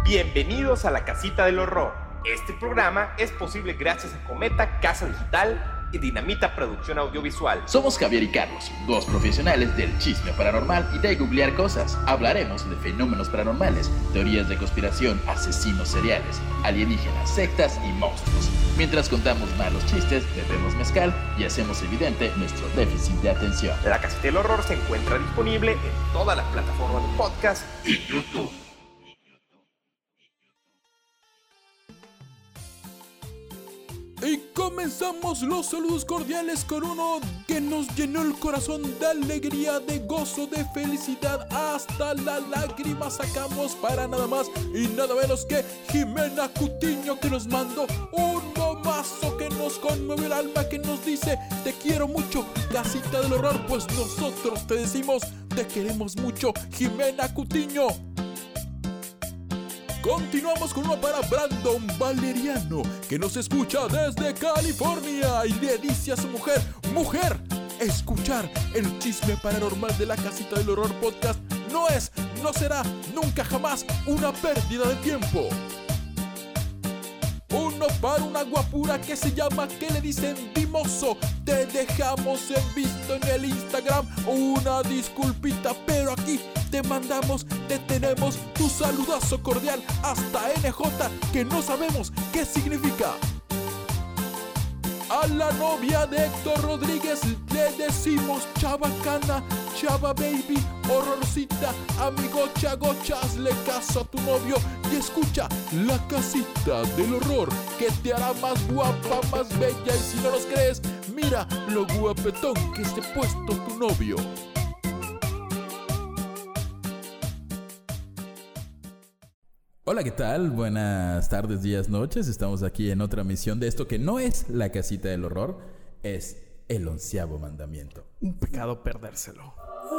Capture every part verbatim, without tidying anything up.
Bienvenidos a la Casita del Horror. Este programa es posible gracias a Cometa Casa Digital y Dinamita Producción Audiovisual. Somos Javier y Carlos, dos profesionales del chisme paranormal y de googlear cosas. Hablaremos de fenómenos paranormales, teorías de conspiración, asesinos seriales, alienígenas, sectas y monstruos. Mientras contamos malos chistes, bebemos mezcal y hacemos evidente nuestro déficit de atención. La Casita del Horror se encuentra disponible en todas las plataformas de podcast y YouTube. Y comenzamos los saludos cordiales con uno que nos llenó el corazón de alegría, de gozo, de felicidad. Hasta la lágrima sacamos para nada más y nada menos que Jimena Cutiño, que nos mandó un momazo que nos conmovió el alma, que nos dice: te quiero mucho, Casita del Horror. Pues nosotros te decimos: te queremos mucho, Jimena Cutiño. Continuamos con uno para Brandon Valeriano, que nos escucha desde California y le dice a su mujer: mujer, escuchar el chisme paranormal de la Casita del Horror Podcast no es, no será nunca jamás una pérdida de tiempo. Uno para una guapura que se llama, que le dicen Dimoso. Te dejamos en visto en el Instagram. Una disculpita, pero aquí te mandamos, te tenemos tu saludazo cordial hasta N J, que no sabemos qué significa. A la novia de Héctor Rodríguez le decimos: chabacana, chava baby, horrorcita, amigo chagocha, hazle caso a tu novio y escucha la Casita del Horror, que te hará más guapa, más bella. Y si no nos crees, mira lo guapetón que esté puesto tu novio. Hola, ¿qué tal? Buenas tardes, días, noches. Estamos aquí en otra misión de esto que no es la Casita del Horror, es el onceavo mandamiento. Un pecado perdérselo.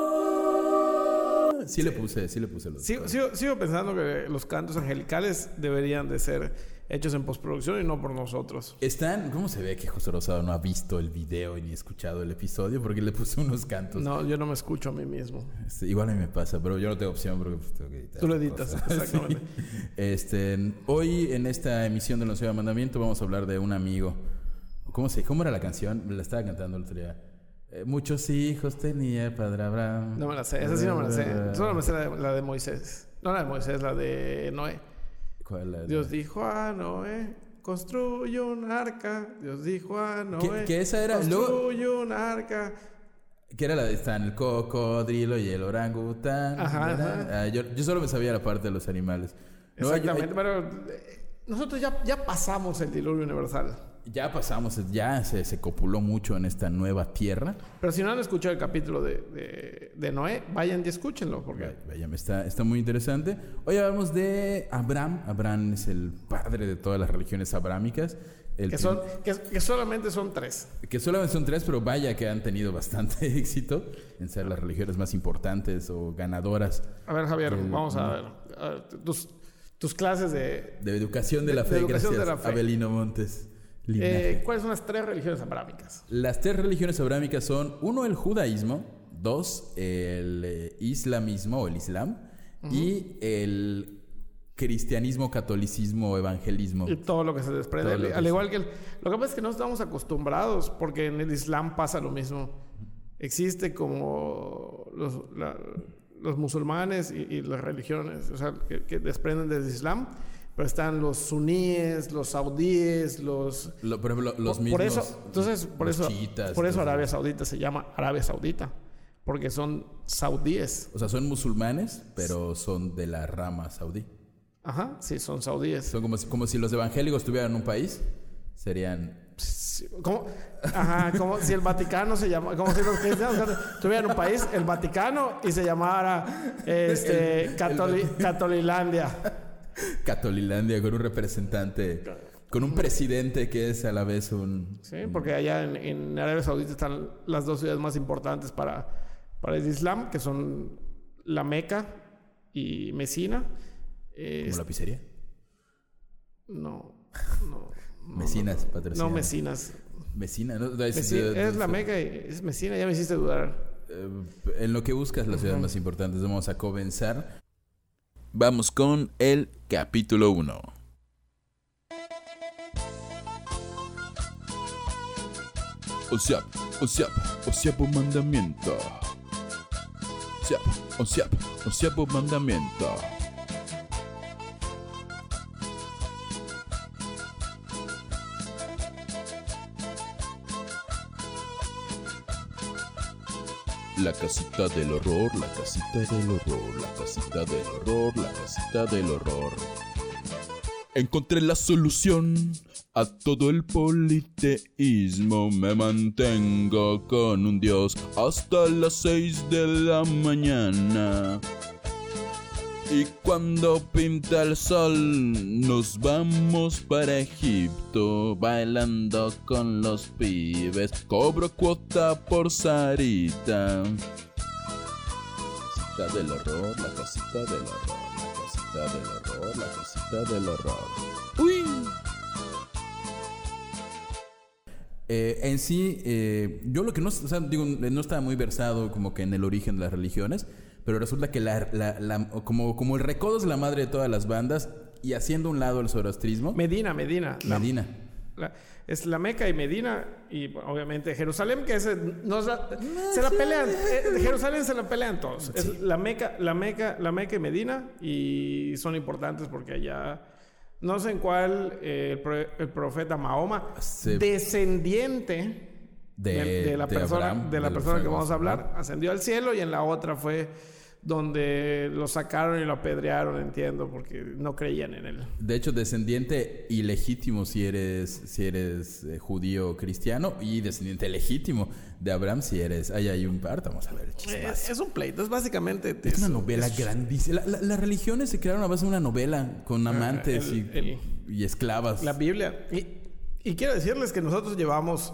Sí, sí le puse, sí le puse los... Sigo, sigo, sigo pensando que los cantos angelicales deberían de ser hechos en postproducción y no por nosotros. Están... ¿Cómo se ve que José Rosado no ha visto el video ni escuchado el episodio? Porque le puse unos cantos. No, yo no me escucho a mí mismo. Este, igual a mí me pasa, pero yo no tengo opción porque pues, tengo que editar. Tú lo editas, cosas. Exactamente. Sí. Este, hoy en esta emisión del onceavo mandamiento vamos a hablar de un amigo. ¿Cómo se, cómo era la canción? La estaba cantando el otro día. Eh, muchos hijos tenía Padre Abraham. No me la sé, esa sí no me la sé. Solo me sé la de, la de Moisés. No la de Moisés, la de Noé. ¿Cuál la de Dios dijo a Noé: construye un arca. Dios dijo a Noé: ¿Qué, que esa era? construye Luego... un arca. Que era la de Stan, el cocodrilo y el orangután. Ajá, ajá. Ah, yo, yo solo me sabía la parte de los animales. No, exactamente, yo, pero eh, nosotros ya, ya pasamos el diluvio universal. Ya pasamos, ya se, se copuló mucho en esta nueva tierra. Pero si no han escuchado el capítulo de, de, de Noé, vayan y escúchenlo. Porque... Vayan, está, está muy interesante. Hoy hablamos de Abraham. Abraham es el padre de todas las religiones abrámicas. El que, son, que, que solamente son tres. Que solamente son tres, pero vaya que han tenido bastante éxito en ser las religiones más importantes o ganadoras. A ver, Javier, del, vamos a ver. A ver tus, tus clases de... De educación de la fe, gracias, de la fe. Abelino Montes. Eh, ¿Cuáles son las tres religiones abrámicas? Las tres religiones abrámicas son: uno, el judaísmo; dos, el eh, islamismo o el islam; uh-huh. y el cristianismo, catolicismo, evangelismo. Y todo lo que se desprende. Al, al igual que el, lo que pasa es que no estamos acostumbrados, porque en el islam pasa lo mismo. Existe como los, la, los musulmanes y, y las religiones, o sea, que, que desprenden del islam. Pero están los suníes, los saudíes, los... Lo, por ejemplo, los por, mismos... Por eso, entonces, por eso, chiitas, por eso Arabia Saudita se llama Arabia Saudita. Porque son saudíes. O sea, son musulmanes, pero son de la rama saudí. Ajá, sí, son saudíes. Son como si, como si los evangélicos tuvieran un país. Serían... ¿Cómo? Ajá, como si el Vaticano se llama... Como si los cristianos tuvieran un país, el Vaticano, y se llamara este, el, Catoli, el Catolilandia. Catolilandia, con un representante, con un presidente que es a la vez un... Sí, porque allá en, en Arabia Saudita están las dos ciudades más importantes para, para el Islam, que son la Meca y Mesina. ¿Como la pizzería? No, no. no Mesinas, no, patrocina. No, Mesinas. Mesina, ¿no? Es, Mesina, de, de, es la Meca y es Mesina, ya me hiciste dudar. Eh, en lo que buscas las ciudades uh-huh. más importantes, vamos a comenzar. Vamos con el capítulo uno. Osiap, osiap, osiapo mandamiento. Osiap, osiap, osiapo mandamiento. La casita del horror, la casita del horror, la casita del horror, la casita del horror. Encontré la solución a todo el politeísmo. Me mantengo con un dios hasta las seis de la mañana. Y cuando pinta el sol, nos vamos para Egipto, bailando con los pibes. Cobro cuota por Sarita. La casita del horror, la casita del horror, la casita del horror, la casita del horror. ¡Uy! Eh, en sí, eh, yo lo que no, o sea, digo, no estaba muy versado como que en el origen de las religiones, pero resulta que la, la, la, como, como el recodo es la madre de todas las bandas, y haciendo a un lado el zoroastrismo... Medina, Medina. Medina. La, la, es la Meca y Medina, y obviamente Jerusalén, que es, no, se la pelean, eh, Jerusalén se la pelean todos. Es sí. la, Meca, la, Meca, la Meca y Medina, y son importantes porque allá... No sé en cuál, eh, el, pro, el profeta Mahoma, sí. descendiente de, de, de la de persona, Abraham, de la de persona que vamos a hablar, ascendió al cielo, y en la otra fue donde lo sacaron y lo apedrearon, entiendo, porque no creían en él. De hecho, descendiente ilegítimo si eres, si eres eh, judío cristiano, y descendiente legítimo de Abraham si eres... Ahí hay un par, vamos a ver. Es, es un pleito, es básicamente... Es, es una novela es, grandísima. La, la, las religiones se crearon a base de una novela con amantes el, y, el, y esclavas. La Biblia. Y, y quiero decirles que nosotros llevamos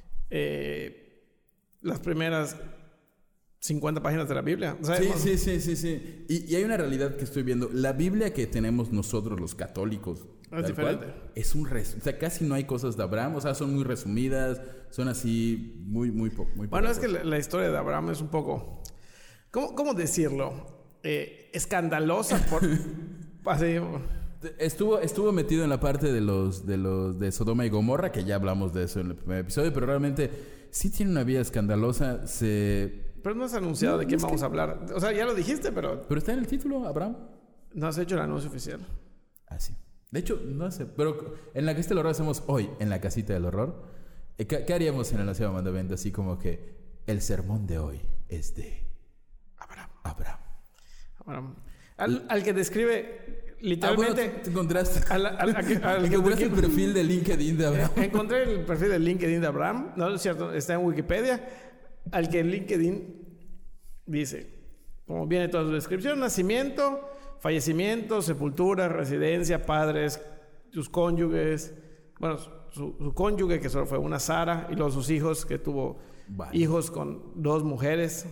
eh, las primeras... cincuenta páginas de la Biblia. O sea, sí, sí, sí, sí, sí. Y, y hay una realidad que estoy viendo. La Biblia que tenemos nosotros los católicos es diferente. Cual, es un res, o sea, casi no hay cosas de Abraham. O sea, son muy resumidas, son así muy, muy poco. Muy bueno, es que la, la historia de Abraham es un poco, ¿cómo, cómo decirlo? Eh, escandalosa por así. Estuvo, estuvo metido en la parte de los, de los de Sodoma y Gomorra, que ya hablamos de eso en el primer episodio, pero realmente sí tiene una vida escandalosa. Se Pero no has anunciado no, de quién es vamos que... a hablar. O sea, ya lo dijiste, pero... Pero está en el título, Abraham. No has hecho el anuncio oficial. Ah, sí. De hecho, no sé. Pero en la casita del horror hacemos hoy, en la casita del horror. ¿Qué, qué haríamos en el Nación Mandamiento? Así como que el sermón de hoy es de... Abraham. Abraham. Abraham. Al, al que describe... Literalmente... Ah, bueno, ¿te encontraste? Al, al, al, al, al ¿Encontraste el perfil de LinkedIn de Abraham? Encontré el perfil de LinkedIn de Abraham. No, es cierto. Está en Wikipedia. Al que en LinkedIn dice, como viene toda su descripción: nacimiento, fallecimiento, sepultura, residencia, padres, sus cónyuges, bueno, su, su cónyuge que solo fue una Sara, y luego sus hijos, que tuvo vale. hijos con dos mujeres,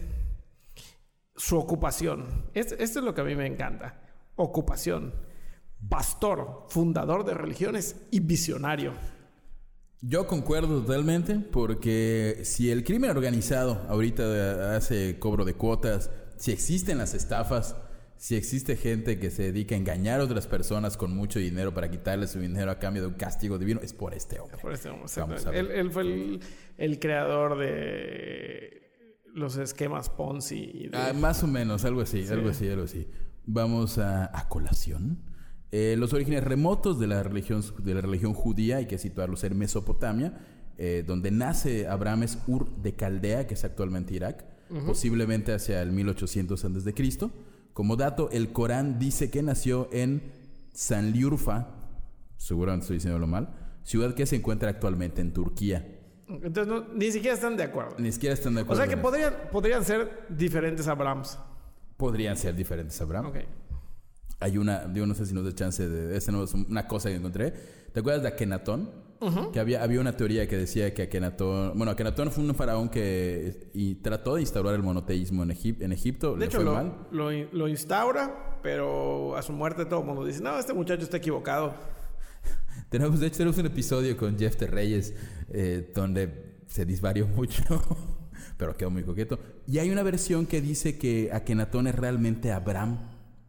su ocupación. Esto, esto es lo que a mí me encanta: ocupación, pastor, fundador de religiones y visionario. Yo concuerdo totalmente, porque si el crimen organizado ahorita hace cobro de cuotas, si existen las estafas, si existe gente que se dedica a engañar a otras personas con mucho dinero para quitarle su dinero a cambio de un castigo divino, es por este hombre. Es por este hombre. Vamos a ver. Él, él fue el, el creador de los esquemas Ponzi. De... Ah, más o menos, algo así, sí. algo así, algo así. Vamos a, a colación. Eh, los orígenes remotos de la religión de la religión judía hay que situarlos en Mesopotamia, eh, donde nace Abraham, es Ur de Caldea, que es actualmente Irak, uh-huh. posiblemente hacia el mil ochocientos antes de Cristo. Como dato, el Corán dice que nació en Sanliurfa, seguramente estoy diciéndolo mal, ciudad que se encuentra actualmente en Turquía. Entonces no, ni siquiera están de acuerdo. Ni siquiera están de acuerdo. O sea que podrían, podrían ser diferentes Abrahams. Podrían ser diferentes Abraham. Okay. Hay una, digo, no sé si nos da chance de... Esta no es una cosa que encontré. ¿Te acuerdas de Akenatón? Uh-huh. Que había, había una teoría que decía que Akenatón... Bueno, Akenatón fue un faraón que y trató de instaurar el monoteísmo en, Egip, en Egipto. De le hecho, fue lo, mal. Lo, lo instaura, pero a su muerte todo el mundo dice: no, este muchacho está equivocado. Tenemos, de hecho, tenemos un episodio con Jeff de Reyes eh, donde se disvarió mucho, pero quedó muy coqueto. Y hay una versión que dice que Akenatón es realmente Abraham.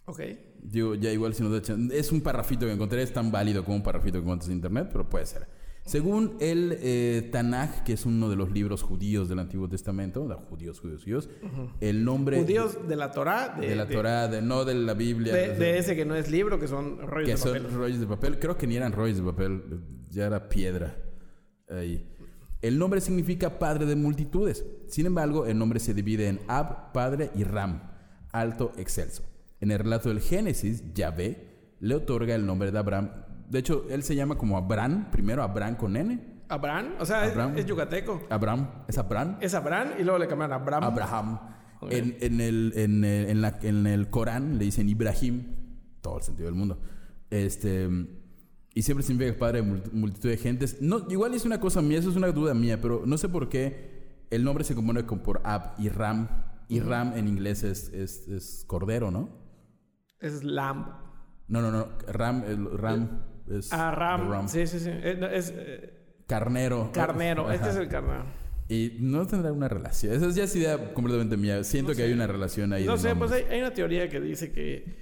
Ok. Digo, ya igual si nos da chance. Es un parrafito que encontré, es tan válido como un parrafito que encuentras en internet, pero puede ser. Según el eh, Tanaj, que es uno de los libros judíos del Antiguo Testamento, de judíos, judíos, judíos, uh-huh. el nombre... Judíos de la Torá. De, de la Torá, de, no de la Biblia. De, de ese que no es libro, que son rollos que de son papel. rollos de papel. Creo que ni eran rollos de papel, ya era piedra. Ahí. El nombre significa padre de multitudes. Sin embargo, el nombre se divide en Ab, padre, y Ram, alto, excelso. En el relato del Génesis, Yahvé le otorga el nombre de Abraham. De hecho, él se llama como Abraham, primero Abraham con N. Abraham, o sea, Abraham. Es, es yucateco. Abraham, es Abraham. Es Abraham y luego le cambian a Abraham. Abraham. Okay. En, en, el, en, el, en, la, en el Corán le dicen Ibrahim, todo el sentido del mundo. Este, y siempre significa padre de multitud de gentes. No, igual es una cosa mía, eso es una duda mía, pero no sé por qué el nombre se compone con por Ab y Ram. Y uh-huh. Ram en inglés es, es, es cordero, ¿no? Es lamb. No, no, no. Ram, el Ram es... Ah, Ram. ram. Sí, sí, sí. Es... Eh, carnero. Carnero. Ajá. Este es el carnero. Y no tendrá una relación. Esa ya es idea completamente mía. Siento no que sé. hay una relación ahí. No sé, nombres. pues hay, hay una teoría que dice que...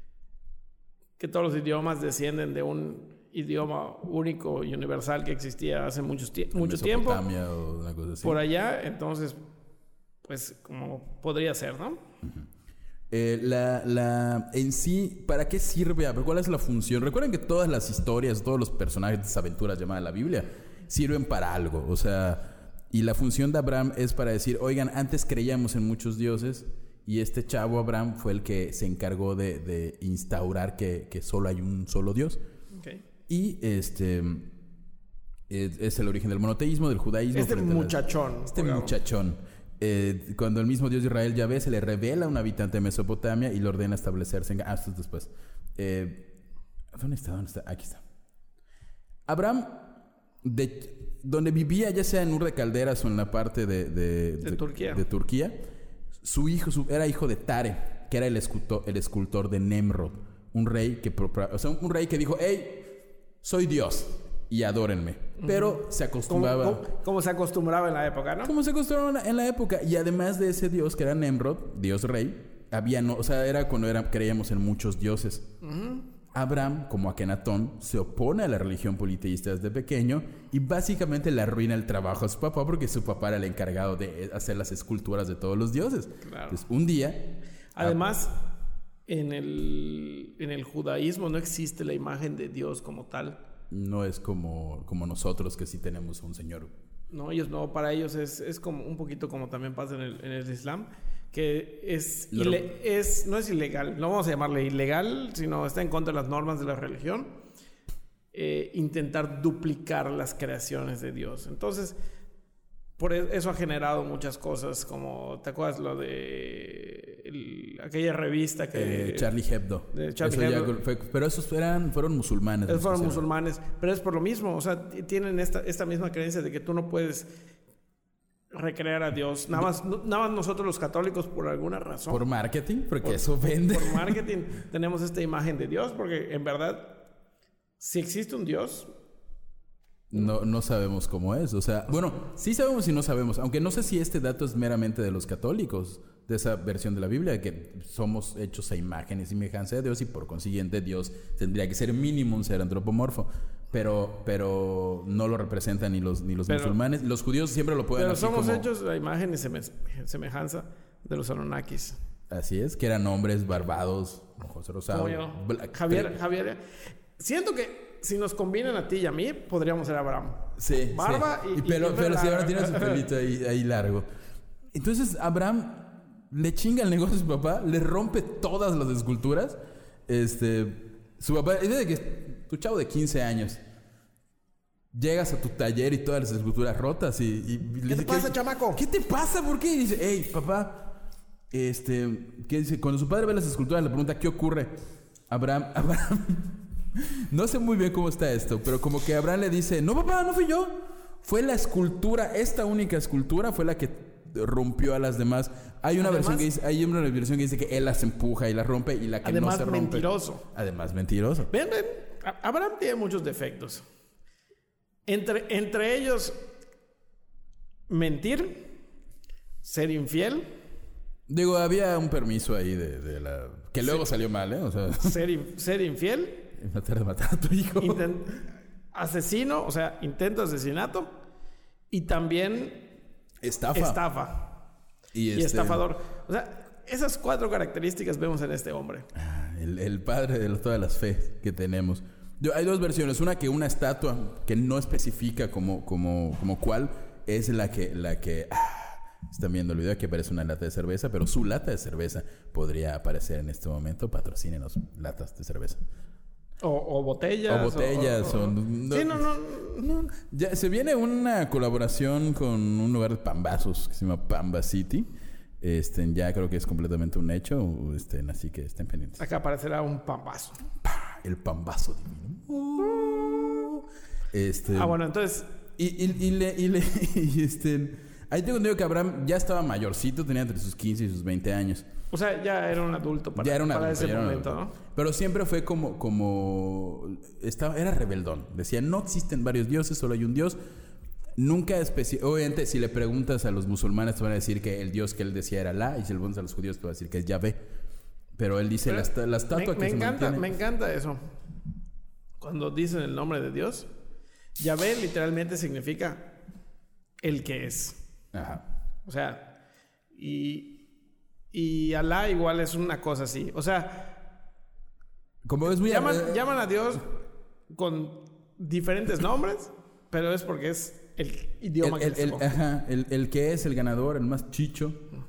que todos los idiomas descienden de un idioma único y universal que existía hace muchos tie- mucho tiempo. O una cosa así. Por allá, entonces... pues como podría ser, ¿no? Uh-huh. Eh, la, la, en sí, ¿para qué sirve? ¿Cuál es la función? Recuerden que todas las historias, todos los personajes de esas aventuras llamadas la Biblia sirven para algo. O sea, y la función de Abraham es para decir, oigan, antes creíamos en muchos dioses y este chavo Abraham fue el que se encargó de, de instaurar que, que solo hay un solo Dios. Okay. Y este es, es el origen del monoteísmo, del judaísmo. Este muchachón. La, este muchachón. Eh, cuando el mismo Dios de Israel, Yahvé, se le revela a un habitante de Mesopotamia y le ordena establecerse en... Ah, esto es después. Eh, ¿Dónde está? ¿Dónde está? Aquí está. Abraham, de, donde vivía, ya sea en Ur de Calderas o en la parte de... De, de, de Turquía. De Turquía, su hijo su, era hijo de Tare, que era el escultor, el escultor de Nemrod. Un rey que... O sea, un rey que dijo, hey, soy Dios y adórenme. Pero se acostumbraba... Como, como, como se acostumbraba en la época, ¿no? Como se acostumbraba en la época. Y además de ese dios que era Nemrod, dios rey, había... No, o sea, era cuando era, creíamos en muchos dioses. Uh-huh. Abraham, como Akenatón, se opone a la religión politeísta desde pequeño y básicamente le arruina el trabajo a su papá porque su papá era el encargado de hacer las esculturas de todos los dioses. Claro. Entonces, un día... Además, en el, en el judaísmo no existe la imagen de Dios como tal. No es como, como nosotros que sí tenemos a un señor. No, ellos no. Para ellos es, es como un poquito como también pasa en el, en el Islam, que es, no, ile- es no es ilegal, no vamos a llamarle ilegal, sino está en contra de las normas de la religión, eh, intentar duplicar las creaciones de Dios. Entonces, por eso ha generado muchas cosas, como, ¿te acuerdas lo de el, aquella revista que... Eh, Charlie Hebdo. De Charlie Eso Hebdo. Fue, pero esos eran, fueron musulmanes. Esos fueron musulmanes, pero es por lo mismo, o sea, tienen esta, esta misma creencia de que tú no puedes recrear a Dios. Nada más, nada más nosotros los católicos, por alguna razón. Por marketing, porque por, eso vende. Por marketing tenemos esta imagen de Dios, porque en verdad, si existe un Dios... No, no sabemos cómo es. O sea, bueno, sí sabemos y no sabemos. Aunque no sé si este dato es meramente de los católicos, de esa versión de la Biblia, que somos hechos a imagen y semejanza de Dios y por consiguiente Dios tendría que ser mínimo un ser antropomorfo. Pero, pero no lo representan ni los, ni los pero, musulmanes. Los judíos siempre lo pueden Pero somos como... hechos a imagen y semejanza de los Anunnakis. Así es, que eran hombres barbados, ojos rosados. Javier, Javier, siento que si nos combinan a ti y a mí, podríamos ser Abraham. Sí, barba sí. y, y pelo, y pero si ahora tiene su pelito ahí, ahí largo. Entonces Abraham le chinga el negocio a su papá, le rompe todas las esculturas. Este, su papá, es de que tu chavo de quince años, llegas a tu taller y todas las esculturas rotas y, y ¿Qué le te dice, pasa, ¿qué, chamaco? ¿Qué te pasa? ¿Por qué? Y dice, hey, papá, este, ¿qué dice? Cuando su padre ve las esculturas le pregunta, ¿qué ocurre? Abraham, Abraham, no sé muy bien cómo está esto, pero como que Abraham le dice, no, papá, no fui yo. Fue la escultura, esta única escultura fue la que rompió a las demás. Hay una, además, versión, que dice, hay una versión que dice que él las empuja y las rompe y la que no se rompe. Además, mentiroso. Además, mentiroso. Ven, ven. Abraham tiene muchos defectos. Entre, entre ellos, mentir, ser infiel. Digo, había un permiso ahí de, de la Que luego sí. salió mal, ¿eh? O sea, ser, in, ser infiel. Tratar de matar a tu hijo. Intent, asesino, o sea, intento de asesinato. Y también... Estafa. Estafa. Y, y este... estafador. O sea, esas cuatro características vemos en este hombre. Ah, el, el padre de todas las fe que tenemos. Yo, hay dos versiones. Una que una estatua que no especifica como, como, como cuál es la que... La que ah, están viendo el video, aquí aparece una lata de cerveza, pero su lata de cerveza podría aparecer en este momento. Patrocínenos latas de cerveza. O, o botellas. O botellas. O, o, o, no, sí, no, no, no. Ya, se viene una colaboración con un lugar de pambazos que se llama Pamba City. Este, ya creo que es completamente un hecho. Este, así que estén pendientes. Acá aparecerá un pambazo. El pambazo divino. Este, ah, bueno, entonces... Y, y, y le... Y le y este... Ahí tengo entendido que Abraham ya estaba mayorcito, tenía entre sus quince y sus veinte años. O sea, ya era un adulto para, ya era un para adulto, ese ya momento, era un ¿no? Pero siempre fue como... como estaba, era rebeldón. Decía, no existen varios dioses, solo hay un dios. Nunca especificó... Obviamente, si le preguntas a los musulmanes, te van a decir que el dios que él decía era Alá. Y si le preguntas a los judíos, te van a decir que es Yahvé. Pero él dice, Pero la, la estatua me, que me se encanta, mantiene... Me encanta eso. Cuando dicen el nombre de Dios, Yahvé literalmente significa el que es. Ajá. O sea, y, y Alá igual es una cosa así. O sea, como es muy llaman, eh, llaman a Dios con diferentes nombres, pero es porque es el idioma el, que el, les el, ajá, el, el que es el ganador, el más chicho.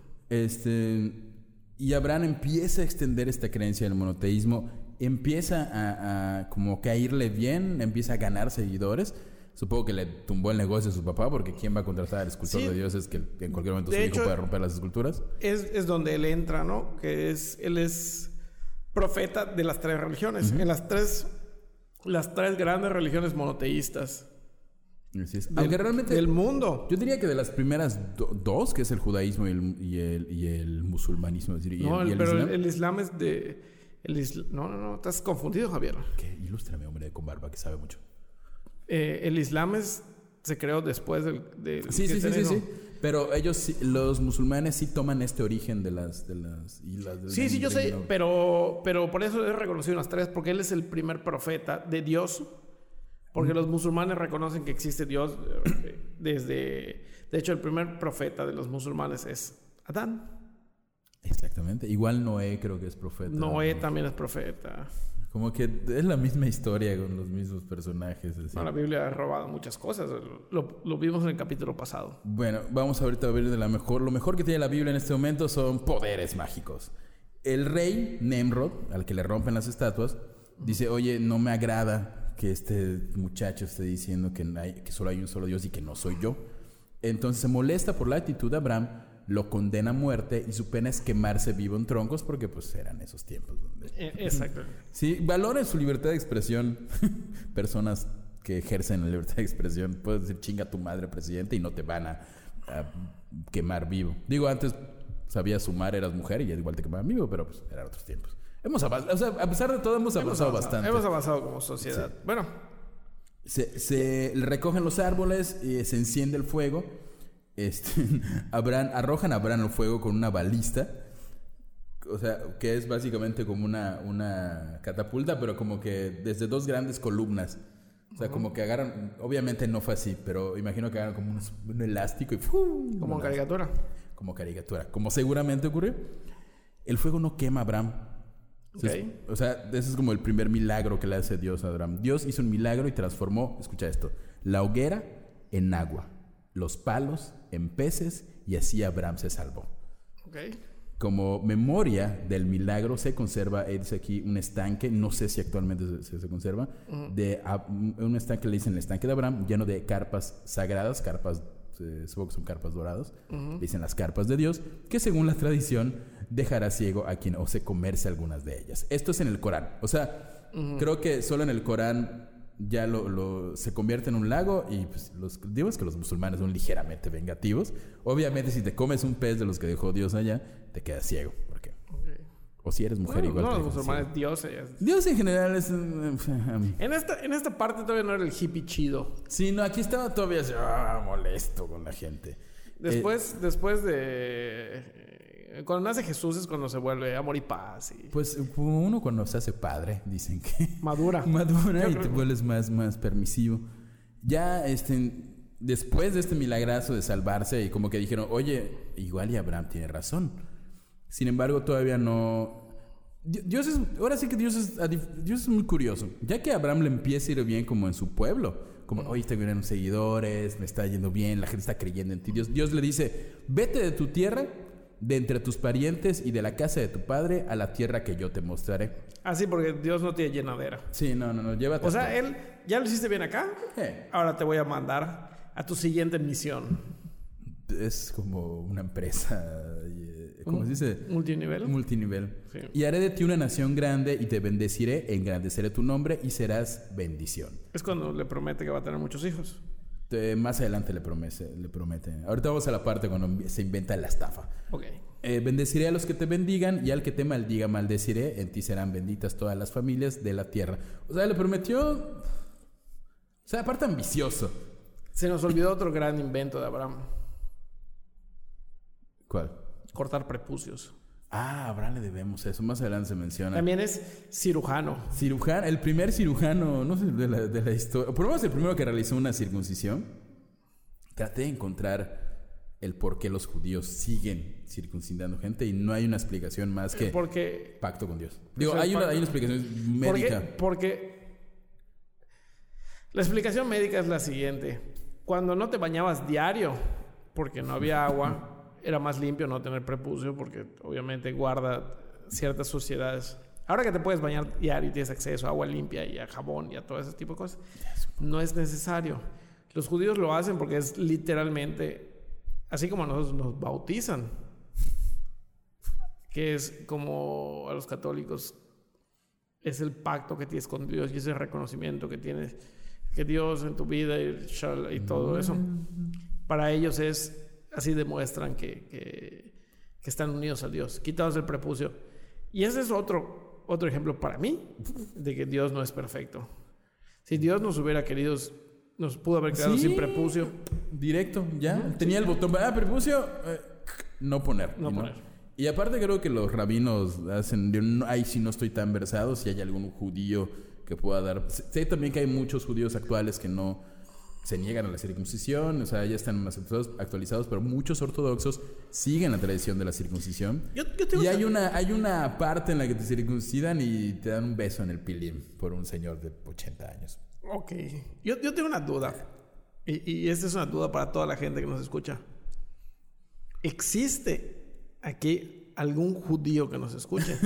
Este, y Abraham empieza a extender esta creencia del monoteísmo, empieza a, a como que a irle bien, empieza a ganar seguidores. Supongo que le tumbó el negocio a su papá, porque ¿quién va a contratar al escultor sí. de dioses que en cualquier momento de su hecho, hijo puede romper las esculturas? Es, es donde él entra, ¿no? Que es, él es profeta de las tres religiones. Uh-huh. En las tres, las tres grandes religiones monoteístas. Así es. Del, Aunque realmente... Del mundo. Yo diría que de las primeras do, dos, que es el judaísmo y el, y el, y el musulmanismo. Es decir, y no, el, y el pero islam. El, el islam es de... El isla, no, no, no. Estás confundido, Javier. ¿Qué? Ilústrame, hombre con barba que sabe mucho. Eh, el Islam es, se creó después del... del sí, sí, sí, sí, sí. Pero ellos, los musulmanes sí toman este origen de las, de las islas. Del sí, sí, yo sé, pero, pero por eso es reconocido en las tres, porque él es el primer profeta de Dios. Porque mm. los musulmanes reconocen que existe Dios desde... De hecho, el primer profeta de los musulmanes es Adán. Exactamente. Igual Noé creo que es profeta. Noé ¿no? también es profeta. Como que es la misma historia con los mismos personajes. Así. No, la Biblia ha robado muchas cosas. Lo, lo vimos en el capítulo pasado. Bueno, vamos ahorita a ver de la mejor. Lo mejor que tiene la Biblia en este momento son poderes mágicos. El rey Nemrod, al que le rompen las estatuas, dice, oye, no me agrada que este muchacho esté diciendo que, hay, que solo hay un solo Dios y que no soy yo. Entonces se molesta por la actitud de Abraham, lo condena a muerte y su pena es quemarse vivo en troncos porque pues eran esos tiempos donde... Exacto. Sí, valoren su libertad de expresión. Personas que ejercen la libertad de expresión. Puedes decir chinga tu madre, presidente, y no te van a, a quemar vivo. Digo, antes sabías sumar, eras mujer y igual te quemaban vivo, pero pues eran otros tiempos. Hemos avanzado, o sea, a pesar de todo hemos, hemos avanzado, avanzado bastante. Hemos avanzado como sociedad. Sí. Bueno. Se, se recogen los árboles y se enciende el fuego. Este, Abraham, arrojan a Abraham al fuego con una balista, o sea, que es básicamente como una, una catapulta, pero como que desde dos grandes columnas. O sea, uh-huh. como que agarran, obviamente no fue así, pero imagino que agarran como un, un elástico y ¡fum! Como caricatura. Como caricatura, como seguramente ocurrió. El fuego no quema a Abraham. Okay. O sea, ese es como el primer milagro que le hace Dios a Abraham. Dios hizo un milagro y transformó, escucha esto, la hoguera en agua, los palos en peces, y así Abraham se salvó. Okay. Como memoria del milagro se conserva, dice aquí, un estanque, no sé si actualmente se, se conserva, uh-huh. de uh, un estanque, le dicen el estanque de Abraham, lleno de carpas sagradas, carpas, eh, supongo que son carpas doradas, uh-huh. dicen las carpas de Dios, que según la tradición dejará ciego a quien ose comerse algunas de ellas. Esto es en el Corán. O sea, uh-huh. creo que solo en el Corán ya lo, lo, se convierte en un lago y pues los, digo es que los musulmanes son ligeramente vengativos. Obviamente si te comes un pez de los que dejó Dios allá, te quedas ciego. ¿Por qué? Okay. O si eres mujer, bueno, igual. No, los musulmanes, Dios es... Dios en general es... En esta, en esta parte todavía no era el hippie chido. Sí, no, aquí estaba todavía así, ah, molesto con la gente. Después, eh, después de... Eh, cuando nace Jesús es cuando se vuelve amor y paz. Y... Pues uno cuando se hace padre, dicen que... Madura. Madura Yo y creo... te vuelves más, más permisivo. Ya, este... Después de este milagrazo de salvarse y como que dijeron, oye, igual y Abraham tiene razón. Sin embargo, todavía no... Dios es... Ahora sí que Dios es, Dios es muy curioso. Ya que a Abraham le empieza a ir bien como en su pueblo, como, oye, tengo unos seguidores, me está yendo bien, la gente está creyendo en ti. Dios, Dios le dice, vete de tu tierra, de entre tus parientes y de la casa de tu padre a la tierra que yo te mostraré. Ah, sí, porque Dios no tiene llenadera. Sí, no, no, no, llévate. O sea, Él, ya lo hiciste bien acá, eh. ahora te voy a mandar a tu siguiente misión. Es como una empresa, ¿cómo se dice? Multinivel. Multinivel. Sí. Y haré de ti una nación grande y te bendeciré, engrandeceré tu nombre y serás bendición. Es cuando le promete que va a tener muchos hijos. Te, más adelante le promete, le promete. Ahorita vamos a la parte cuando se inventa la estafa. Ok. Eh, bendeciré a los que te bendigan y al que te maldiga maldeciré. En ti serán benditas todas las familias de la tierra. O sea, le prometió... O sea, aparte ambicioso. Se nos olvidó otro gran invento de Abraham. ¿Cuál? Cortar prepucios. Ah, a Abraham le debemos eso. Más adelante se menciona. También es cirujano. Cirujano, el primer cirujano, no sé, de la, de la historia. Por lo menos el primero que realizó una circuncisión. Traté de encontrar el por qué los judíos siguen circuncidando gente y no hay una explicación más que porque, pacto con Dios. Digo, o sea, hay, una, pacto, hay una explicación médica. Porque, porque la explicación médica es la siguiente. Cuando no te bañabas diario, porque no había agua... Era más limpio no tener prepucio porque obviamente guarda ciertas suciedades. Ahora que te puedes bañar diario y tienes acceso a agua limpia y a jabón y a todo ese tipo de cosas, no es necesario. Los judíos lo hacen porque es literalmente, así como nosotros nos bautizan, que es como a los católicos, es el pacto que tienes con Dios y ese reconocimiento que tienes, que Dios en tu vida y, y todo eso. Para ellos es... Así demuestran que, que, que están unidos a Dios, quitados el prepucio. Y ese es otro, otro ejemplo para mí de que Dios no es perfecto. Si Dios nos hubiera querido, nos pudo haber quedado ¿Sí? sin prepucio. Directo, ya. Uh-huh. Tenía el botón, ah, prepucio, eh, no poner. No y poner. No. Y aparte creo que los rabinos hacen, yo no, ahí sí no estoy tan versado, si hay algún judío que pueda dar. Sé también que hay muchos judíos actuales que no... se niegan a la circuncisión, o sea, ya están más actualizados, pero muchos ortodoxos siguen la tradición de la circuncisión. Yo, yo y hay una, hay una parte en la que te circuncidan y te dan un beso en el pilín por un señor de ochenta años. Ok. Yo, yo tengo una duda, y, y esta es una duda para toda la gente que nos escucha. ¿Existe aquí algún judío que nos escuche?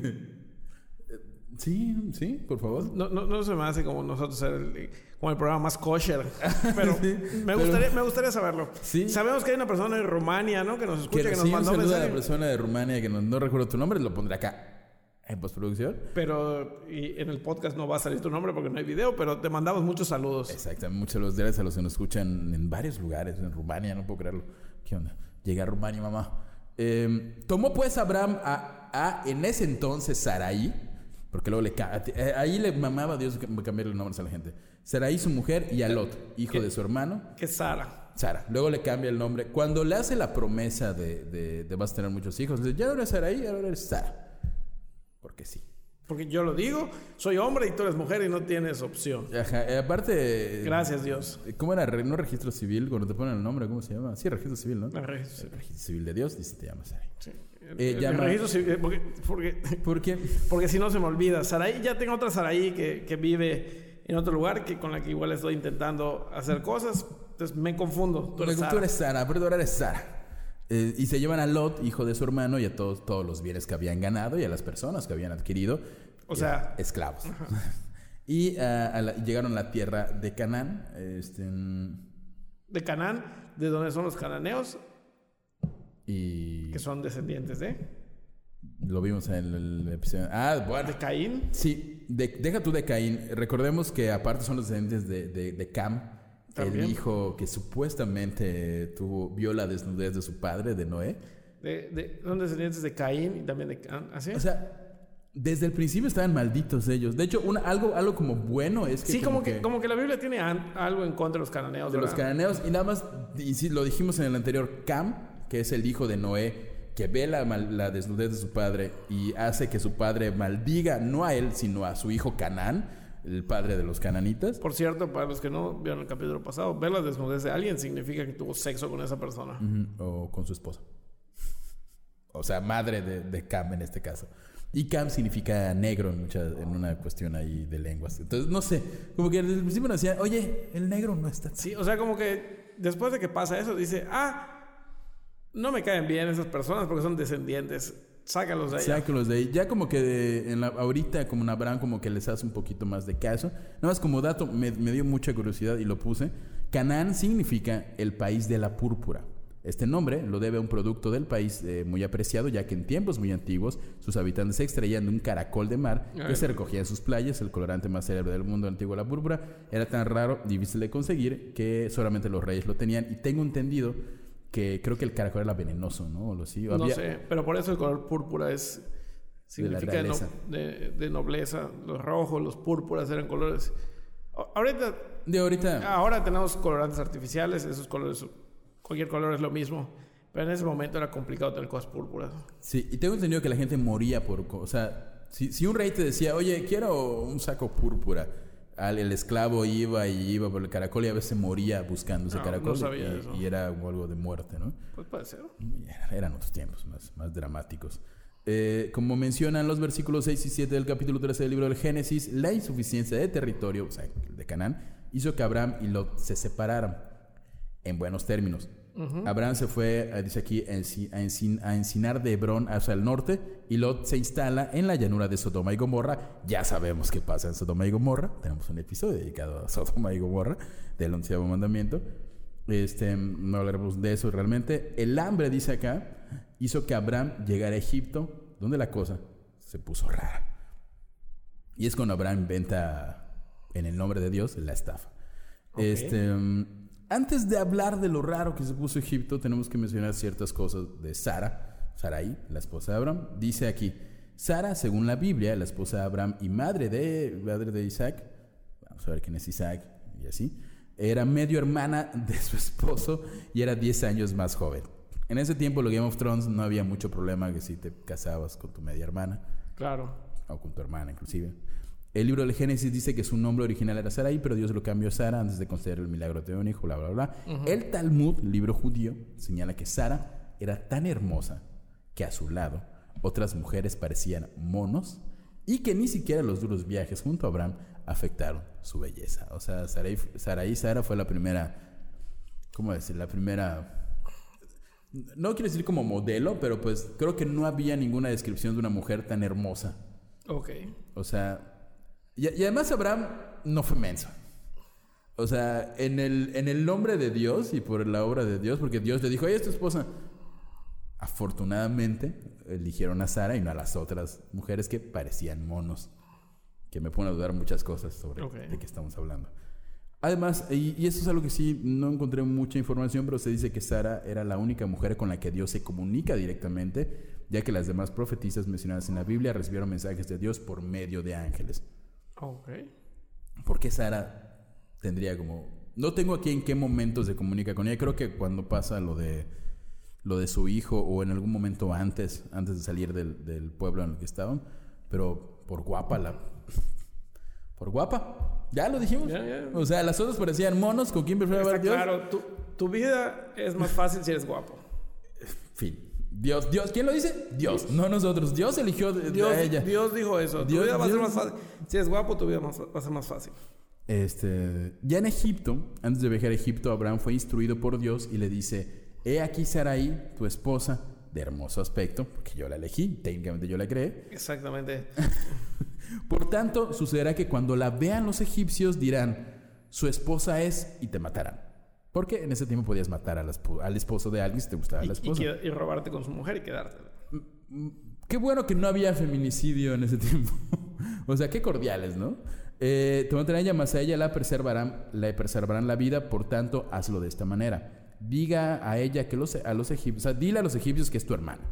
Sí, sí, por favor. No, no, no se me hace como nosotros ser el, como el programa más kosher, pero sí, me gustaría, pero... me gustaría saberlo. Sí. Sabemos que hay una persona de Rumania, ¿no? Que nos escucha, que, que nos sí, mandó un mensaje. A la persona de Rumania que no, no recuerdo tu nombre, lo pondré acá en postproducción. Pero y en el podcast no va a salir tu nombre porque no hay video, pero te mandamos muchos saludos. Exactamente, muchos saludos gracias a los que nos escuchan en varios lugares, en Rumania, no puedo creerlo. ¿Qué onda? Llegué a Rumania, mamá. Eh, tomó pues Abraham a, a en ese entonces Sarai. Porque luego le... Ahí le mamaba a Dios cambiarle nombres a la gente. Sarai, su mujer, y a Lot, hijo de su hermano. Que es Sara. Sara. Luego le cambia el nombre. Cuando le hace la promesa de, de, de vas a tener muchos hijos, le dice, ya no eres Sarai, ahora eres Sara. Porque sí. Porque yo lo digo, soy hombre y tú eres mujer y no tienes opción. Ajá. Eh, aparte... Gracias, Dios. ¿Cómo era? ¿No registro civil? Cuando te ponen el nombre, ¿cómo se llama? Sí, registro civil, ¿no? El registro civil. El registro civil de Dios, dice, te llamas Sarai. Sí. El, eh, el, llama... el registro civil, porque, porque, ¿Por qué? Porque si no se me olvida. Sarai, ya tengo otra Sarai que, que vive en otro lugar, que con la que igual estoy intentando hacer cosas. Entonces me confundo. Tú eres Sara. Tú eres Sara, pero ahora eres Sara. Eh, y se llevan a Lot, hijo de su hermano, y a todos, todos los bienes que habían ganado y a las personas que habían adquirido. O sea, esclavos. Y uh, a la, llegaron a la tierra de Canaán. Este, de Canaán, de donde son los cananeos. Y... que son descendientes de... Lo vimos en el, el episodio... Ah, bueno. ¿De Caín? Sí, de, deja tú de Caín. Recordemos que aparte son los descendientes de, de, de Cam. ¿También? El hijo que supuestamente tuvo, vio la desnudez de su padre, de Noé. De, de, son descendientes de Caín y también de Cam. ¿Ah, sí? O sea... Desde el principio estaban malditos ellos. De hecho, una, algo, algo como bueno es que... Sí, como, como que, que como que la Biblia tiene an, algo en contra de los cananeos. De ¿verdad? los cananeos. Y nada más, y sí, lo dijimos en el anterior, Cam, que es el hijo de Noé, que ve la, mal, la desnudez de su padre y hace que su padre maldiga no a él, sino a su hijo Canaán, el padre de los cananitas. Por cierto, para los que no vieron el capítulo pasado, ver la desnudez de alguien significa que tuvo sexo con esa persona. Uh-huh. O con su esposa. O sea, madre de, de Cam en este caso. Y Cam significa negro en, mucha, en una cuestión ahí de lenguas. Entonces, no sé, como que desde el principio nos decían, oye, el negro no está... Sí, o sea, como que después de que pasa eso, dice, ah... No me caen bien esas personas porque son descendientes. Sácalos de ahí. Sácalos de ahí. Ya como que de, en la, ahorita como en Abraham como que les hace un poquito más de caso. Nada más como dato, me, me dio mucha curiosidad y lo puse. Canaán significa el país de la púrpura. Este nombre lo debe a un producto del país eh, muy apreciado, ya que en tiempos muy antiguos sus habitantes se extraían de un caracol de mar que Ay, se recogía en sus playas. El colorante más célebre del mundo antiguo, la púrpura, era tan raro, difícil de conseguir, que solamente los reyes lo tenían. Y tengo entendido que creo que el caracol era venenoso, ¿no? O lo sí. No Había... sé, pero por eso el color púrpura es significa de, no, de, de nobleza. Los rojos, los púrpuras eran colores. Ahorita, de ahorita. Ahora tenemos colorantes artificiales, esos colores, cualquier color es lo mismo. Pero en ese momento era complicado tener cosas púrpuras. Sí, y tengo entendido que la gente moría por, o sea, si, si un rey te decía, oye, quiero un saco púrpura. El esclavo iba y iba por el caracol y a veces moría buscando ese no, caracol. No sabía y, eso. y era algo de muerte, ¿no? Pues puede ser. Eran otros tiempos más, más dramáticos. Eh, como mencionan los versículos seis y siete del capítulo trece del libro del Génesis, la insuficiencia de territorio, o sea, de Canaán, hizo que Abraham y Lot se separaran en buenos términos. Uh-huh. Abraham se fue, dice aquí, a, encin- a encinar de Hebrón hacia el norte y Lot se instala en la llanura de Sodoma y Gomorra. Ya sabemos qué pasa en Sodoma y Gomorra. Tenemos un episodio dedicado a Sodoma y Gomorra del onceavo mandamiento. Este, no hablaremos de eso realmente. El hambre, dice acá, hizo que Abraham llegara a Egipto, donde la cosa se puso rara. Y es cuando Abraham inventa, en el nombre de Dios, la estafa. Okay. Este... Antes de hablar de lo raro que se puso Egipto, tenemos que mencionar ciertas cosas de Sara, Sarai, la esposa de Abraham. Dice aquí, Sara, según la Biblia, la esposa de Abraham y madre de, madre de Isaac, vamos a ver quién es Isaac, y así, era medio hermana de su esposo y era diez años más joven. En ese tiempo, lo Game of Thrones, no había mucho problema que si te casabas con tu media hermana. Claro. O con tu hermana, inclusive. El libro del Génesis dice que su nombre original era Sarai, pero Dios lo cambió a Sara antes de conceder el milagro de un hijo, bla, bla, bla. Uh-huh. El Talmud, libro judío, señala que Sara era tan hermosa que a su lado otras mujeres parecían monos y que ni siquiera los duros viajes junto a Abraham afectaron su belleza. O sea, Sarai, Sarai Sara fue la primera, ¿cómo decir? La primera... No quiero decir como modelo, pero pues creo que no había ninguna descripción de una mujer tan hermosa. Ok. O sea... Y, y además Abraham no fue menso. O sea, en el, en el nombre de Dios y por la obra de Dios, porque Dios le dijo, oye, es tu esposa. Afortunadamente eligieron a Sara y no a las otras mujeres que parecían monos. Que me ponen a dudar muchas cosas sobre okay. de qué estamos hablando. Además, y, y esto es algo que sí no encontré mucha información, pero se dice que Sara era la única mujer con la que Dios se comunica directamente, ya que las demás profetisas mencionadas en la Biblia recibieron mensajes de Dios por medio de ángeles. Okay. ¿Por qué Sara tendría como... No tengo aquí en qué momento se comunica con ella. Creo que cuando pasa lo de lo de su hijo o en algún momento antes, antes de salir del, del pueblo en el que estaban. Pero por guapa la... Por guapa. Ya lo dijimos. Yeah, yeah. O sea, las otras parecían monos. ¿Con quién prefiero ver Dios? Claro, tu, tu vida es más fácil si eres guapo. Fin. Dios, Dios, ¿quién lo dice? Dios, no nosotros. Dios eligió de, Dios, a ella. Dios dijo eso. Dios, tu vida va Dios, a ser más fácil. Si eres guapo, tu vida va a ser más fácil. Este, ya en Egipto, antes de viajar a Egipto, Abraham fue instruido por Dios y le dice: he aquí Sarai, tu esposa, de hermoso aspecto, porque yo la elegí, técnicamente yo la creé. Exactamente. Por tanto, sucederá que cuando la vean los egipcios dirán: su esposa es, y te matarán. Porque en ese tiempo podías matar a la esp- al esposo de alguien si te gustaba y, la esposa. Y, y robarte con su mujer y quedártela. Qué bueno que no había feminicidio en ese tiempo. O sea, qué cordiales, ¿no? Eh, te mantendrán llamas a ella, la preservarán, la preservarán la vida, por tanto, hazlo de esta manera. Diga a ella que los, a los egipcios, o sea, dile a los egipcios que es tu hermana.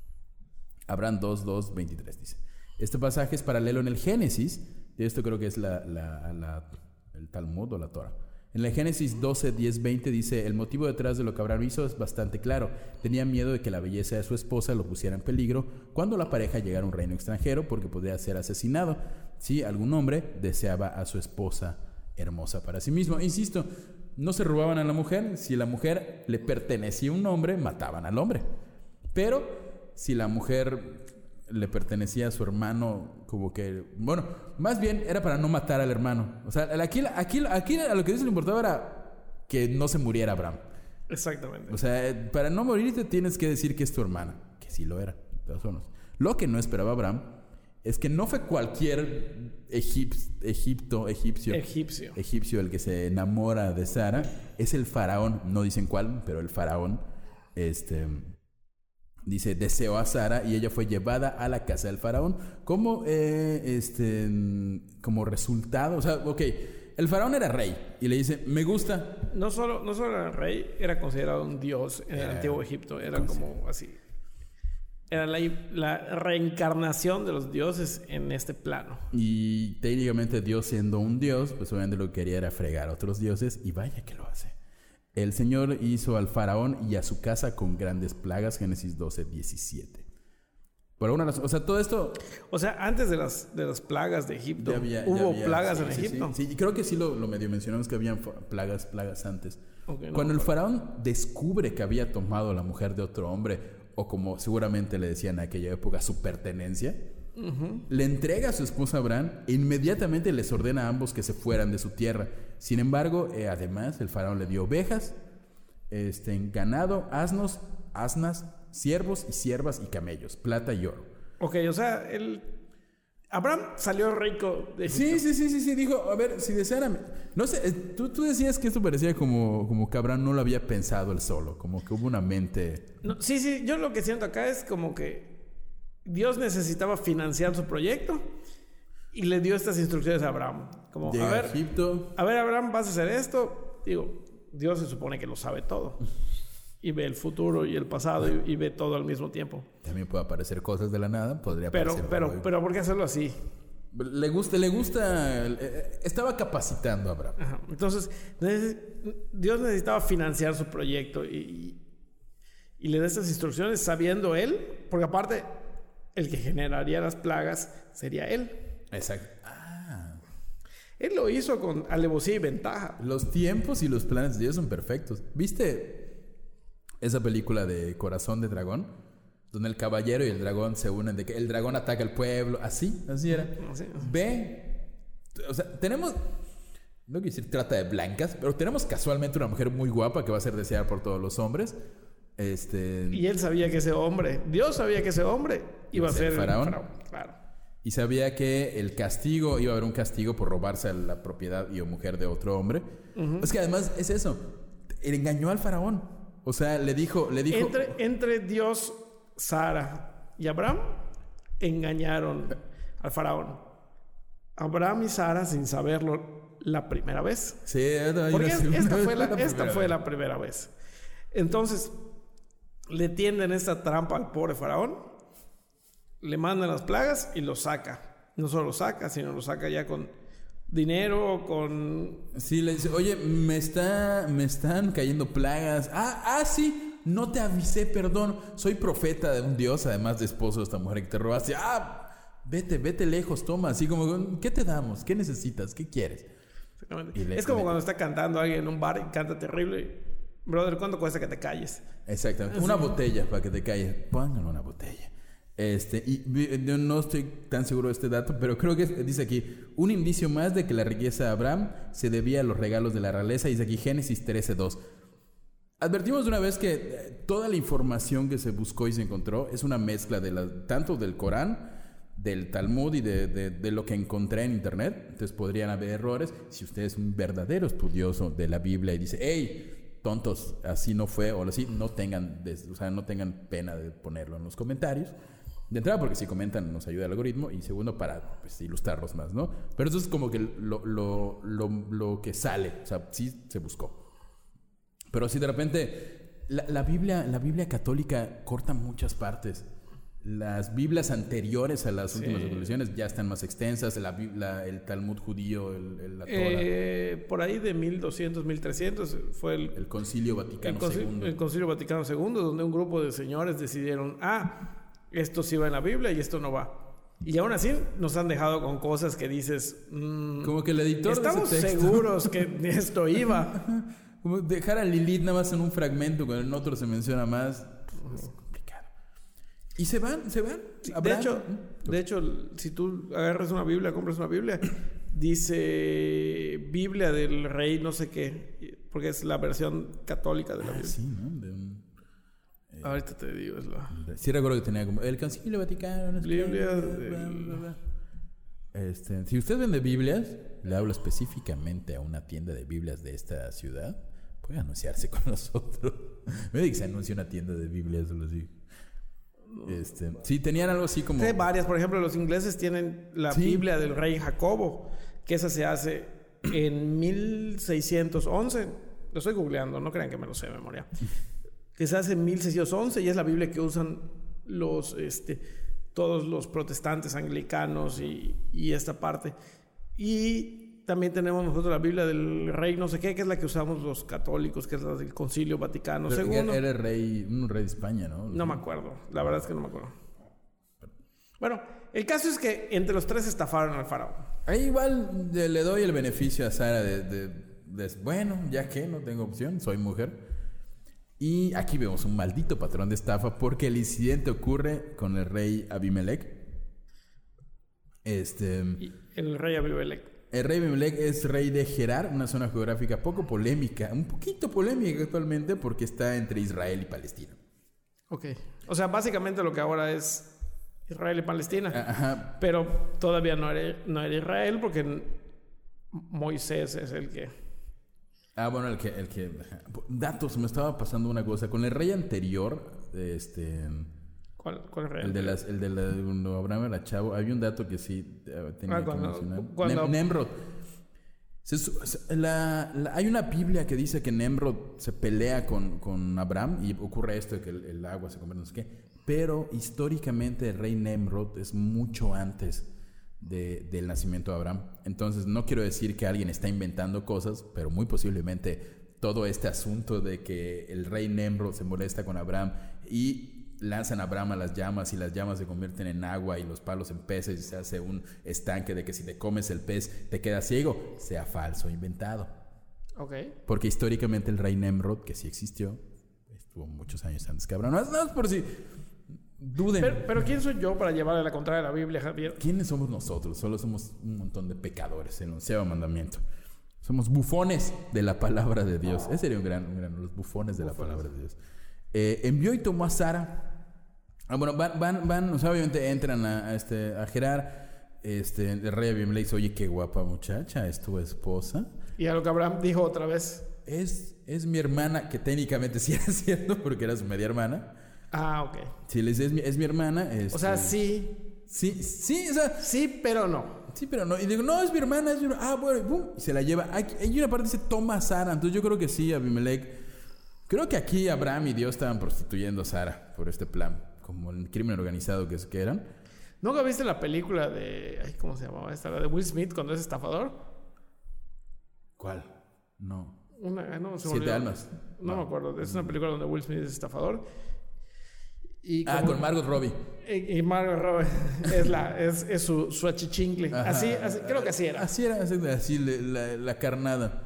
Abraham dos, dos, veintitrés dice. Este pasaje es paralelo en el Génesis, y esto creo que es la, la, la, el Talmud o la Torah. En el Génesis doce, diez, veinte dice: el motivo detrás de lo que Abraham hizo es bastante claro. Tenía miedo de que la belleza de su esposa lo pusiera en peligro cuando la pareja llegara a un reino extranjero, porque podría ser asesinado si algún hombre deseaba a su esposa hermosa para sí mismo. Insisto, no se robaban a la mujer. Si la mujer le pertenecía a un hombre, mataban al hombre. Pero si la mujer le pertenecía a su hermano, como que, bueno, más bien era para no matar al hermano. O sea, aquí, aquí, aquí a lo que Dios le importaba era que no se muriera Abraham. Exactamente. O sea, para no morirte tienes que decir que es tu hermana, que sí lo era, de todas formas. Lo que no esperaba Abraham es que no fue cualquier egip- egipto, egipcio, egipcio, egipcio el que se enamora de Sara. Es el faraón, no dicen cuál, pero el faraón, este... dice, deseó a Sara y ella fue llevada a la casa del faraón como, eh, este, como resultado. O sea, ok, el faraón era rey y le dice, me gusta. No solo, no solo era rey, era considerado un dios en Era, el antiguo Egipto. Era como así. Era la, la reencarnación de los dioses en este plano. Y técnicamente Dios siendo un dios, pues obviamente lo que quería era fregar a otros dioses y vaya que lo hace. El Señor hizo al faraón y a su casa con grandes plagas, Génesis doce, diecisiete. Por alguna razón, o sea, todo esto... O sea, antes de las, de las plagas de Egipto, ya había, hubo ya había, plagas sí, en sí, Egipto. Sí, sí, creo que sí lo, lo medio mencionamos que habían plagas, plagas antes. Okay, no, Cuando el pero... faraón descubre que había tomado a la mujer de otro hombre, o como seguramente le decían en aquella época, su pertenencia, uh-huh. le entrega a su esposa Abraham e inmediatamente les ordena a ambos que se fueran de su tierra. Sin embargo, eh, además, el faraón le dio ovejas, Este, ganado, asnos, asnas, siervos y siervas y camellos, plata y oro. Ok, o sea, el Abraham salió rico de Egipto. Sí, sí, sí, sí, sí, dijo, a ver, si desearan... No sé, tú, tú decías que esto parecía como, como que Abraham no lo había pensado él solo, como que hubo una mente... No, sí, sí, yo lo que siento acá es como que Dios necesitaba financiar su proyecto y le dio estas instrucciones a Abraham. Como, Llega a ver, a Egipto. A ver, Abraham, vas a hacer esto. Digo... Dios se supone que lo sabe todo y ve el futuro y el pasado y, y ve todo al mismo tiempo. También puede aparecer cosas de la nada, podría pero, aparecer. Pero, pero, pero, ¿por qué hacerlo así? Le gusta, le gusta, eh, estaba capacitando a Abraham. Ajá. Entonces, Dios necesitaba financiar su proyecto y, y, y le da estas instrucciones sabiendo él, porque aparte, el que generaría las plagas sería él. Exacto. Él lo hizo con alevosía y ventaja. Los tiempos y los planes de Dios son perfectos. ¿Viste esa película de Corazón de Dragón? Donde el caballero y el dragón se unen, de que el dragón ataca al pueblo. Así, así era. Así. Ve, o sea, tenemos, no quiero decir trata de blancas, pero tenemos casualmente una mujer muy guapa que va a ser deseada por todos los hombres. Este... Y él sabía que ese hombre, Dios sabía que ese hombre iba a ser el faraón. faraón. Claro. Y sabía que el castigo, iba a haber un castigo por robarse la propiedad y o mujer de otro hombre. Uh-huh. Es que además es eso. Engañó al faraón. O sea, le dijo... Le dijo entre, entre Dios, Sara y Abraham, engañaron al faraón. Abraham y Sara, sin saberlo, la primera vez. Sí, no, porque esta, fue la, la esta fue la primera vez. Entonces, le tienden esta trampa al pobre faraón. Le mandan las plagas y lo saca. No solo lo saca, sino lo saca ya con dinero, con... Sí, le dice, oye, me, está, me están cayendo plagas. Ah, ah, sí, no te avisé, perdón. Soy profeta de un dios, además de esposo de esta mujer que te robaste. Ah, vete, vete lejos, toma. Así como, ¿qué te damos? ¿Qué necesitas? ¿Qué quieres? Le, es como le... cuando está cantando alguien en un bar y canta terrible. Brother, ¿cuánto cuesta que te calles? Exactamente. Una botella para que te calles. Pónganle una botella. Este, y yo no estoy tan seguro de este dato, pero creo que dice aquí un indicio más de que la riqueza de Abraham se debía a los regalos de la realeza. Dice aquí Génesis trece dos. Advertimos de una vez que toda la información que se buscó y se encontró es una mezcla de la, tanto del Corán, del Talmud y de, de, de lo que encontré en internet. Entonces podrían haber errores. Si usted es un verdadero estudioso de la Biblia y dice, hey, tontos, así no fue o así, no tengan, o sea, no tengan pena de ponerlo en los comentarios. De entrada, porque si comentan nos ayuda el algoritmo, y segundo, para pues, ilustrarlos más, ¿no? Pero eso es como que lo, lo, lo, lo que sale, o sea, sí se buscó. Pero si de repente la, la Biblia, la Biblia católica corta muchas partes. Las Biblias anteriores a las últimas sí. revoluciones ya están más extensas. La, la, el Talmud judío, el, el, la Torah. Eh, eh, por ahí de mil doscientos, mil trescientos fue el, el Concilio Vaticano el concilio, segundo. El Concilio Vaticano segundo, donde un grupo de señores decidieron, ah, esto sí va en la Biblia y esto no va. Y aún así nos han dejado con cosas que dices... Mmm, como que el editor estamos de ese texto, seguros que esto iba. Como dejar a Lilith nada más en un fragmento, cuando en otro se menciona más. Es complicado. Y se van, se van. Sí, de hecho, de hecho, si tú agarras una Biblia, compras una Biblia, dice Biblia del Rey no sé qué, porque es la versión católica de la ah, Biblia. Sí, ¿no? De un, eh, Ahorita te digo, es la... Sí recuerdo que tenía como el Concilio Vaticano. No sé Biblia qué, del... bla, bla, bla. Este, si usted vende Biblias, le hablo específicamente a una tienda de Biblias de esta ciudad, puede anunciarse con nosotros. Me dice que se anuncia una tienda de Biblias, solo así. Este, sí, tenían algo así como... Sí, varias. Por ejemplo, los ingleses tienen la sí. Biblia del Rey Jacobo, que esa se hace en mil seiscientos once. Lo estoy googleando, no crean que me lo sé de memoria. Que se hace en mil seiscientos once y es la Biblia que usan los, este, todos los protestantes anglicanos y, y esta parte. Y también tenemos nosotros la Biblia del Rey no sé qué, que es la que usamos los católicos, que es la del Concilio Vaticano segundo. Era el rey, un rey de España, ¿no? No me acuerdo, la verdad es que no me acuerdo. Bueno, el caso es que entre los tres estafaron al faraón. Ahí igual le doy el beneficio a Sara de, de, de, bueno, ya que no tengo opción, soy mujer. Y aquí vemos un maldito patrón de estafa porque el incidente ocurre con el rey Abimelech. Este, y el rey Abimelech. El rey Abimelech es rey de Gerar, una zona geográfica poco polémica, un poquito polémica actualmente porque está entre Israel y Palestina. Ok. O sea, básicamente lo que ahora es Israel y Palestina. Ajá. Pero todavía no era, no era Israel porque Moisés es el que... Ah, bueno, el que... El que datos, me estaba pasando una cosa. Con el rey anterior, este... ¿Cuál, cuál rey? El de las... El de la, cuando Abraham era chavo, había un dato que sí tenía ah, que cuando, mencionar. Cuando... Nem, Nemrod. Se, la, la, hay una Biblia que dice que Nemrod se pelea con, con Abraham y ocurre esto de que el, el agua se convierte en no sé qué. Pero históricamente el rey Nemrod es mucho antes de, del nacimiento de Abraham. Entonces no quiero decir que alguien está inventando cosas, pero muy posiblemente todo este asunto de que el rey Nemrod se molesta con Abraham y lanzan a Abraham a las llamas y las llamas se convierten en agua y los palos en peces y se hace un estanque de que si te comes el pez te quedas ciego, sea falso, inventado. Okay. Porque históricamente el rey Nemrod, que sí existió, estuvo muchos años antes que Abraham. No, no es por si duden. Pero, pero ¿quién soy yo para llevarle la contraria a la Biblia, Javier? ¿Quiénes somos nosotros? Solo somos un montón de pecadores, el onceavo mandamiento. Somos bufones de la palabra de Dios. Ese sería un gran, un gran los bufones de bufones. La palabra de Dios. Eh, envió y tomó a Sara. Ah, bueno, van, van, van, o sea, obviamente entran a, a este, a Gerar. Este, el rey Abimelech dice, oye, qué guapa muchacha, es tu esposa. Y a lo que Abraham dijo otra vez. Es, es mi hermana, que técnicamente sí era cierto, porque era su media hermana. Ah, ok. Sí, le dice, es mi, es mi hermana. Este, o sea, sí. Sí, sí, o sea. Sí, pero no. Sí, pero no. Y digo, no, es mi hermana, es mi hermana. Ah, bueno, boom, y se la lleva. Aquí, hay una parte dice, toma a Sara. Entonces yo creo que sí, Abimelech. Creo que aquí Abraham y Dios estaban prostituyendo a Sara por este plan, como el crimen organizado que, es, que eran. ¿Nunca viste la película de... Ay, ¿cómo se llamaba esta? La de Will Smith cuando es estafador. ¿Cuál? No. Una, no se Siete olvidó. almas. No, no me acuerdo. Es una película donde Will Smith es estafador. Y ah, como, con Margot Robbie. Y, y Margot Robbie es, la, es, es su, su achichincle. Así, así, creo que así era. Así era, así, así la, la carnada.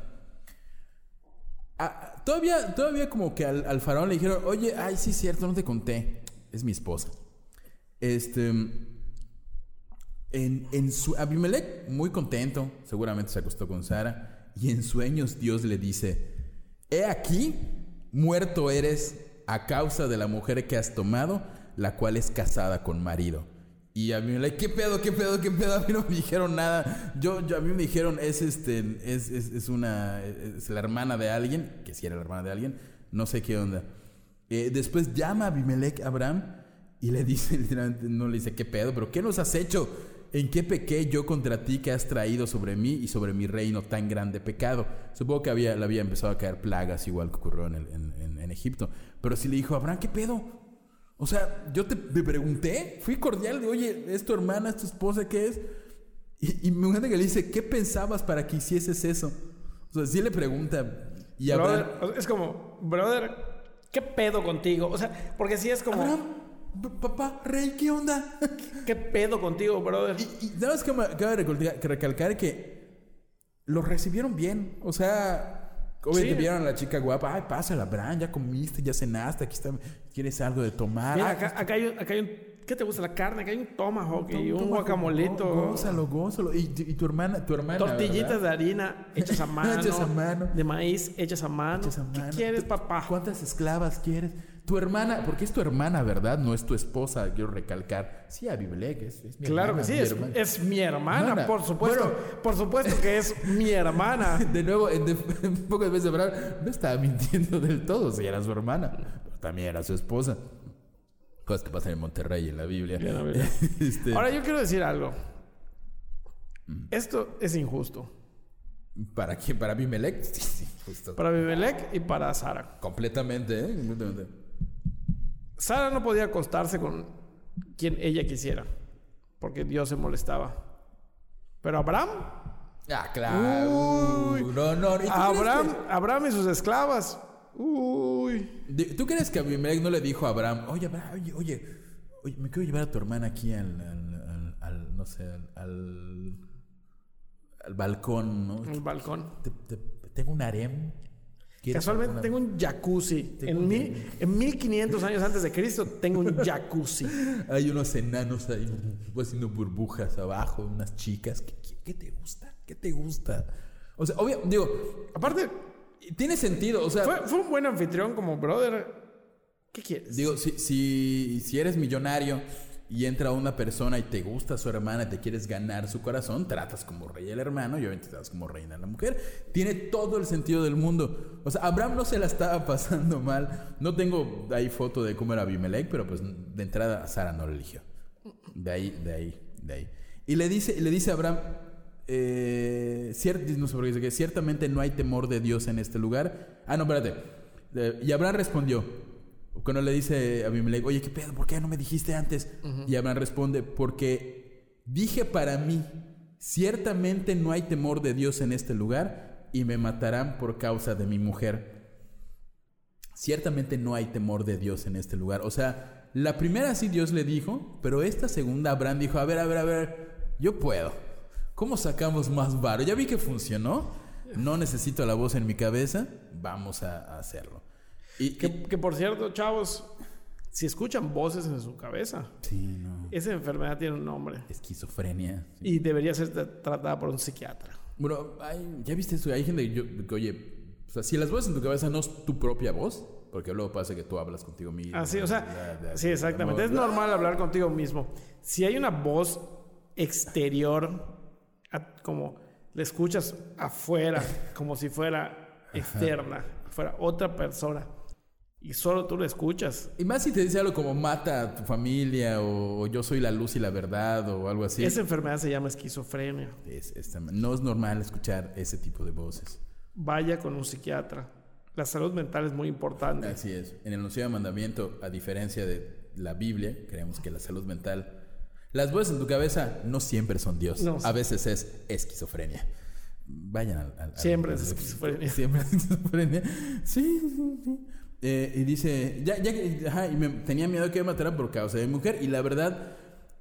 Ah, todavía, todavía como que al, al faraón le dijeron, oye, ay, sí es cierto, no te conté. Es mi esposa. Este... En, en su, Abimelech, muy contento, seguramente se acostó con Sara, y en sueños Dios le dice, he aquí, muerto eres a causa de la mujer que has tomado, la cual es casada con marido. Y Abimelech, ¿qué pedo, qué pedo, qué pedo? A mí no me dijeron nada. Yo, yo a mí me dijeron, es este, es, es, es una, es la hermana de alguien, que sí era la hermana de alguien, no sé qué onda. Eh, después llama a Abimelech a Abraham y le dice, literalmente, no le dice, ¿qué pedo? ¿Pero qué nos has hecho? ¿En qué pequé yo contra ti que has traído sobre mí y sobre mi reino tan grande pecado? Supongo que había, le había empezado a caer plagas igual que ocurrió en, el, en, en, en Egipto. Pero sí le dijo, Abraham, ¿qué pedo? O sea, yo te me pregunté, fui cordial de, oye, ¿es tu hermana, es tu esposa, qué es? Y, y me encanta que le dice, ¿qué pensabas para que hicieses eso? O sea, sí le pregunta. Y brother, Abraham, es como, brother, ¿qué pedo contigo? O sea, porque sí es como... Abraham, papá, rey, ¿qué onda? ¿Qué pedo contigo, brother? Y, y nada más que me acaba de recalcar, que recalcar que lo recibieron bien. O sea, obviamente Sí. vieron a la chica guapa. Ay, pásala, Abraham, ya comiste, ya cenaste. Aquí está, ¿quieres algo de tomar? Mira, Ah, acá, acá, hay, un- acá hay un... ¿Qué te gusta? La carne, acá hay un tomahawk y un toma, guacamolito. gó- Gózalo, gózalo. Y, y tu hermana, tu hermana. Tortillitas ¿verdad? de harina hechas a mano. Hechas a mano. De maíz hechas a mano. Hechas a ¿Qué mano. quieres, ¿Tú- papá? ¿Cuántas esclavas quieres? Tu hermana, porque es tu hermana, ¿verdad? No es tu esposa, quiero recalcar. Sí, Abimelech, es, es mi Claro hermana, que sí, mi es, hermana. es mi hermana, Hermana. por supuesto. Bueno. Por supuesto que es mi hermana. De nuevo, en de- en pocas veces Abraham no estaba mintiendo del todo, si era su hermana, pero también era su esposa. Cosas que pasan en Monterrey en la Biblia. En la Biblia. Este, Ahora yo quiero decir algo. Esto es injusto. ¿Para quién? ¿Para Abimelech? Sí, sí, justo. Para Abimelech y para Sara. Completamente, ¿eh? Completamente. Sara no podía acostarse con quien ella quisiera, porque Dios se molestaba. Pero Abraham, Ah, claro. Uy. no, no. ¿Y tú Abraham, crees Abraham y sus esclavas. Uy. que- ¿Tú crees que Abimelech no le dijo a Abraham, oye, Abraham, oye, oye, oye, me quiero llevar a tu hermana aquí al, al, al, al- no sé, al, al, al balcón, ¿no? En el balcón. Te- te- tengo un harem. ¿Quieres Casualmente alguna- tengo un jacuzzi. Tengo En, un- mil, en mil quinientos años antes de Cristo tengo un jacuzzi. Hay unos enanos ahí haciendo burbujas abajo, unas chicas. ¿Qué, qué, qué te gusta? ¿Qué te gusta? O sea, obvio, digo, Aparte, tiene sentido, o sea, fue, fue un buen anfitrión como brother. ¿Qué quieres? digo, si, si, si eres millonario y entra una persona y te gusta su hermana y te quieres ganar su corazón, tratas como rey al hermano y obviamente tratas como reina a la mujer. Tiene todo el sentido del mundo. O sea, Abraham no se la estaba pasando mal. No tengo ahí foto de cómo era Abimelech, pero pues de entrada Sara no lo eligió. De ahí, de ahí, de ahí. Y le dice, le dice a Abraham, eh, cier- no sé por qué dice que ciertamente no hay temor de Dios en este lugar. Ah, no, espérate. Eh, y Abraham respondió, cuando le dice a Abimelech, oye, ¿qué pedo? ¿Por qué no me dijiste antes? Uh-huh. Y Abraham responde, porque dije para mí, ciertamente no hay temor de Dios en este lugar y me matarán por causa de mi mujer. Ciertamente no hay temor de Dios en este lugar. O sea, la primera sí Dios le dijo, pero esta segunda Abraham dijo, a ver, a ver, a ver, yo puedo. ¿Cómo sacamos más varo? Ya vi que funcionó. No necesito la voz en mi cabeza. Vamos a, a hacerlo. Y, que, y, que por cierto, chavos, si escuchan voces en su cabeza, sí, no. esa enfermedad tiene un nombre. Esquizofrenia. Sí. Y debería ser tratada por un psiquiatra. Bueno, hay, ya viste esto. Hay gente que, yo, que oye, o sea, si las voces en tu cabeza no es tu propia voz, porque luego pasa que tú hablas contigo mismo. Ah, sí, o sea, la, la, sí, exactamente. Es normal hablar contigo mismo. Si hay una voz exterior, como le escuchas afuera, como si fuera externa, fuera otra persona, y solo tú lo escuchas. Y más si te dice algo como mata a tu familia o, o yo soy la luz y la verdad o algo así. Esa enfermedad se llama esquizofrenia. Es, es, no es normal escuchar ese tipo de voces. Vaya con un psiquiatra. La salud mental es muy importante. Así es. En el onceavo mandamiento, a diferencia de la Biblia, creemos que la salud mental... Las voces en tu cabeza no siempre son Dios. No. A veces es esquizofrenia. Vayan al... al siempre al, es esquizofrenia. Siempre es esquizofrenia. Sí, sí, sí. Eh, y dice... Ya, ya, ajá, y me, tenía miedo que me mataran por causa de mi mujer. Y la verdad...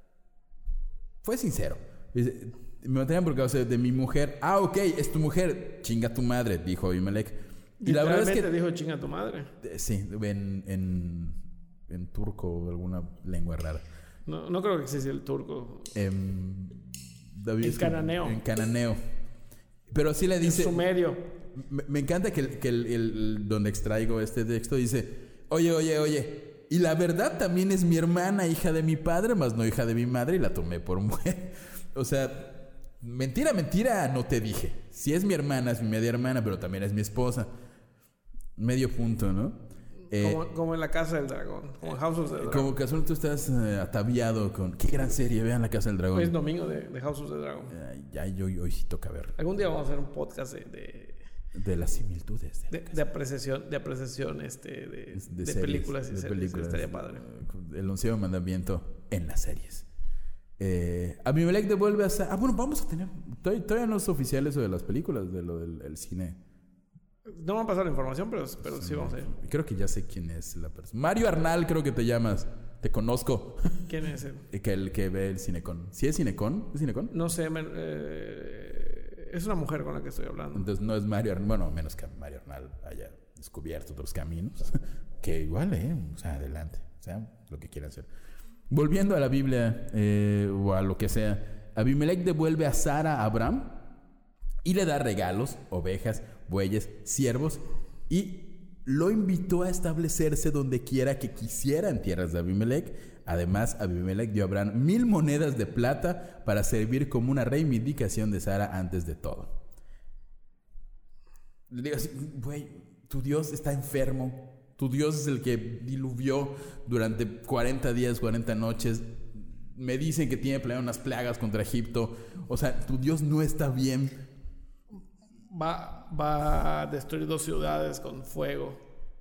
Fue sincero. Dice, me matarían por causa de mi mujer. Ah, ok, es tu mujer. Chinga tu madre, dijo Abimelech. Y la verdad es que... dijo chinga tu madre. Eh, sí, en, en, en turco o alguna lengua rara. No, no creo que exista el turco. Eh, David, en cananeo. En cananeo. Pero sí le dice... En sumerio. Me, me encanta que, el, que el, el, donde extraigo este texto dice... Oye, oye, oye. Y la verdad también es mi hermana, hija de mi padre, más no hija de mi madre, y la tomé por mujer. O sea, mentira, mentira, no te dije. Si es mi hermana, es mi media hermana, pero también es mi esposa. Medio punto, ¿no? Eh, como, como en La Casa del Dragón, como en House of the Dragon. Como casual tú estás uh, ataviado con... Qué gran serie, vean La Casa del Dragón. Hoy es domingo de, de House of the Dragon. Uh, ya, yo, hoy sí toca ver. Algún día vamos a hacer un podcast de... De, de las similitudes. De, de, de apreciación, de, apreciación este, de, de, de series, películas y de series. Películas, estaría padre. Uh, el onceavo mandamiento en las series. Eh, Abimelech devuelve a Sara. Ah, bueno, vamos a tener. Todavía, todavía no es oficial eso de las películas, de lo del el cine. No me han pasado la información, pero, pero sí, sí vamos a ir. Creo que ya sé quién es la persona. Mario Arnal, creo que te llamas. Te conozco. ¿Quién es él? Que el que ve el Cinecon. ¿Sí es Cinecon? ¿Es Cinecon? No sé, me, eh, es una mujer con la que estoy hablando. Entonces no es Mario Arnal. Bueno, menos que Mario Arnal haya descubierto otros caminos. Que igual, ¿eh? O sea, adelante. O sea, lo que quieran hacer. Volviendo a la Biblia, eh, o a lo que sea, Abimelech devuelve a Sara a Abraham y le da regalos, ovejas, bueyes, siervos, y lo invitó a establecerse donde quiera que quisiera en tierras de Abimelech. Además, Abimelech dio a Abraham mil monedas de plata para servir como una reivindicación de Sara antes de todo. Le digo así, güey, tu Dios está enfermo. Tu Dios es el que diluvió durante cuarenta días, cuarenta noches. Me dicen que tiene planeado unas plagas contra Egipto. O sea, tu Dios no está bien. Va, va a destruir dos ciudades con fuego.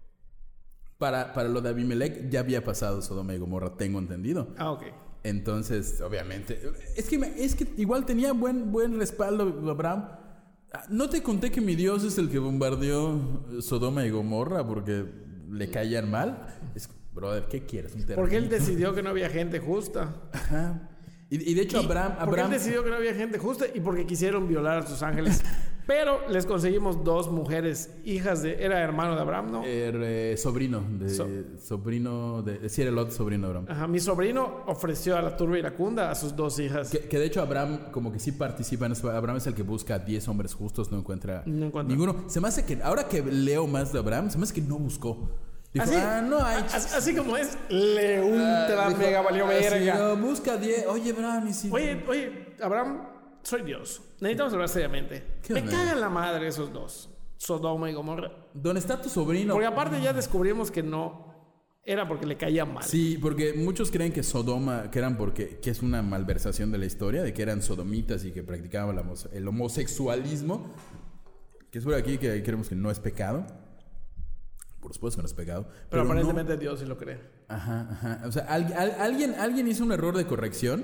Para, para lo de Abimelech ya había pasado Sodoma y Gomorra, tengo entendido. Ah, ok. Entonces, obviamente... Es que, me, es que igual tenía buen, buen respaldo Abraham. No te conté que mi Dios es el que bombardeó Sodoma y Gomorra porque... le caían mal. Es, brother, ¿qué quieres? Un porque él decidió que no había gente justa. Ajá. Y, y de hecho, y Abraham, porque Abraham. Él decidió que no había gente justa y porque quisieron violar a sus ángeles. Pero les conseguimos dos mujeres, hijas de. Era hermano de Abraham, ¿no? Er, eh, sobrino. De, so, sobrino de. Sí, era el otro sobrino de Abraham. Ajá. Mi sobrino ofreció a la turba iracunda a sus dos hijas. Que, que de hecho, Abraham, como que sí participa en eso. Abraham es el que busca diez hombres justos, no encuentra, no encuentra ninguno. Se me hace que. Ahora que leo más de Abraham, se me hace que no buscó. Dijo, así, ah, no hay. Así, así como es, le ultra ah, mega valió verga. No, busca diez. Oye, Abraham, y si... Oye, oye, Abraham, soy Dios. Necesitamos hablar seriamente. Me cagan la madre esos dos. Sodoma y Gomorra. ¿Dónde está tu sobrino? Porque aparte ya descubrimos que no era porque le caía mal. Sí, porque muchos creen que Sodoma, que eran porque, que es una malversación de la historia, de que eran sodomitas y que practicaban la, el homosexualismo, que es por aquí que creemos que no es pecado. Por supuesto que no es pecado. Pero, pero aparentemente no... Dios sí lo cree. Ajá, ajá. O sea, al, al, alguien, alguien hizo un error de corrección.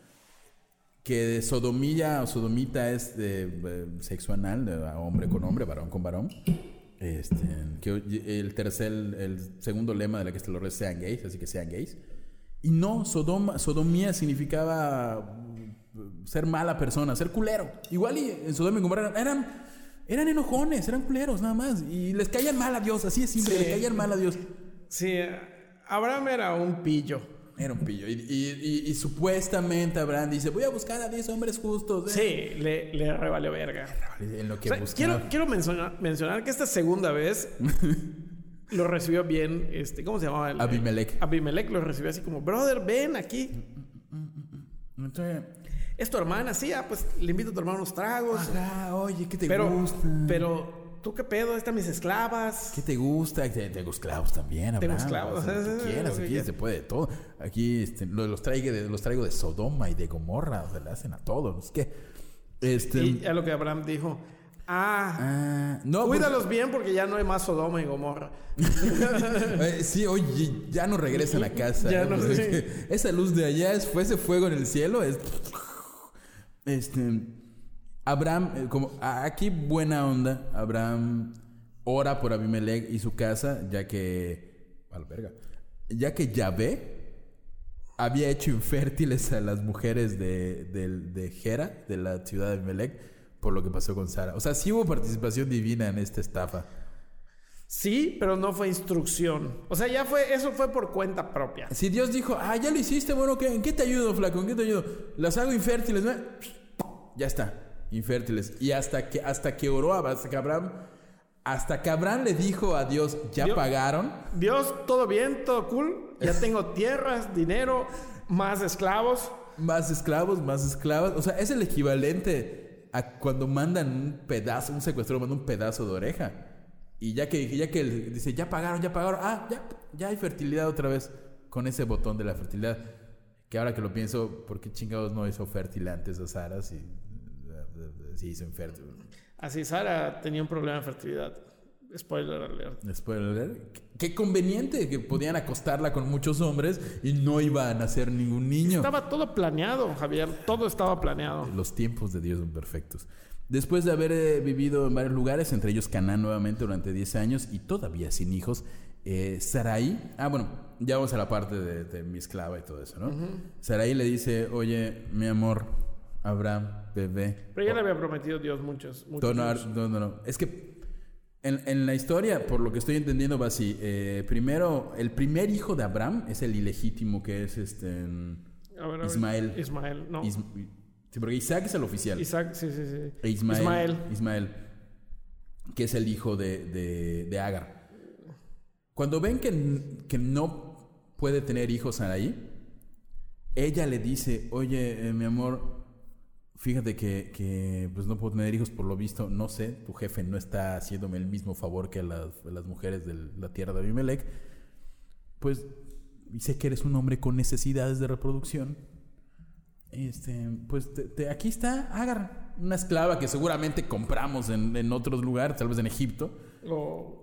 Que de sodomilla o sodomita es de, de sexo anal, de hombre con hombre, varón con varón. Este, que el tercer, el segundo lema de la que se lo reza sean gays, así que sean gays. Y no, sodoma, sodomía significaba ser mala persona, ser culero. Igual y en Sodoma y Gomorra eran... Eran enojones, eran culeros nada más. Y les caían mal a Dios, así es simple, sí. Les caían mal a Dios. Sí, Abraham era un pillo. Era un pillo. Y, y, y, y supuestamente Abraham dice, voy a buscar a diez hombres justos. ¿eh? Sí, le, le revalió verga. En lo que o sea, quiero quiero mencionar, mencionar que esta segunda vez lo recibió bien, este, ¿cómo se llamaba? El, Abimelech. Abimelech lo recibió así como, brother, ven aquí. Entonces... Es tu hermana, sí, ah, pues le invito a tu hermano unos tragos. Ah, oye, ¿qué te pero, gusta? Pero, ¿tú qué pedo? Están mis esclavas. ¿Qué te gusta? Tengo esclavos también, Tengo esclavos. O sea, lo que quieras, aquí se puede de todo. Aquí este, los, traigo de, los traigo de Sodoma y de Gomorra, o sea, le hacen a todos. Es que, este... Y a lo que Abraham dijo... Ah, ah no, cuídalos porque... bien porque ya no hay más Sodoma y Gomorra. Sí, oye, ya no regresan a casa. Ya ¿eh? no, sí. Sí. Esa luz de allá es, fue ese fuego en el cielo. Es... Este, Abraham, como aquí buena onda, Abraham ora por Abimelech y su casa, ya que, a la verga, ya que Yahvé había hecho infértiles a las mujeres de, de, de Gera, de la ciudad de Abimelech, por lo que pasó con Sara. O sea, sí hubo participación divina en esta estafa. Sí, pero no fue instrucción. O sea, ya fue, eso fue por cuenta propia. Si Dios dijo, ah, ya lo hiciste, bueno, ¿qué? ¿En qué te ayudo, flaco? ¿En qué te ayudo? Las hago infértiles, ¿no? Ya está, infértiles. Y hasta que, hasta que oró, hasta que Abraham, hasta que Abraham le dijo a Dios, ¿ya Dios, pagaron? Dios, todo bien, todo cool. Ya tengo tierras, dinero, más esclavos. Más esclavos, más esclavas. O sea, es el equivalente a cuando mandan un pedazo, un secuestrador manda un pedazo de oreja. Y ya que, ya que él dice, ya pagaron, ya pagaron. Ah, ya, ya hay fertilidad otra vez con ese botón de la fertilidad. Que ahora que lo pienso, ¿por qué chingados no hizo fértil antes a Sara? Si, si hizo infértil. Así, Sara tenía un problema de fertilidad. Spoiler alert. Spoiler alert. Qué conveniente que podían acostarla con muchos hombres y no iba a nacer ningún niño. Estaba todo planeado, Javier. Todo estaba planeado. Los tiempos de Dios son perfectos. Después de haber eh, vivido en varios lugares, entre ellos Canaán nuevamente durante diez años y todavía sin hijos, eh, Sarai... Ah, bueno, ya vamos a la parte de, de mi esclava y todo eso, ¿no? Uh-huh. Sarai le dice, oye, mi amor, Abraham, bebé... Pero ya le había prometido Dios muchos, muchos no, años. no, no, no. Es que en, en la historia, por lo que estoy entendiendo, va así. Eh, primero, el primer hijo de Abraham es el ilegítimo, que es este... A ver, a Ismael. Ver. Ismael, no. Is, sí, porque Isaac es el oficial. Isaac, sí, sí, sí. E Ismael, Ismael. Ismael, que es el hijo de, de, de Agar. Cuando ven que, que no puede tener hijos Sarai, ella le dice, oye, eh, mi amor, fíjate que, que pues no puedo tener hijos por lo visto, no sé, tu jefe no está haciéndome el mismo favor que las, las mujeres de la tierra de Abimelech, pues sé que eres un hombre con necesidades de reproducción. Este, pues te, te, aquí está Agar, una esclava que seguramente compramos en, en otros lugares, tal vez en Egipto. O...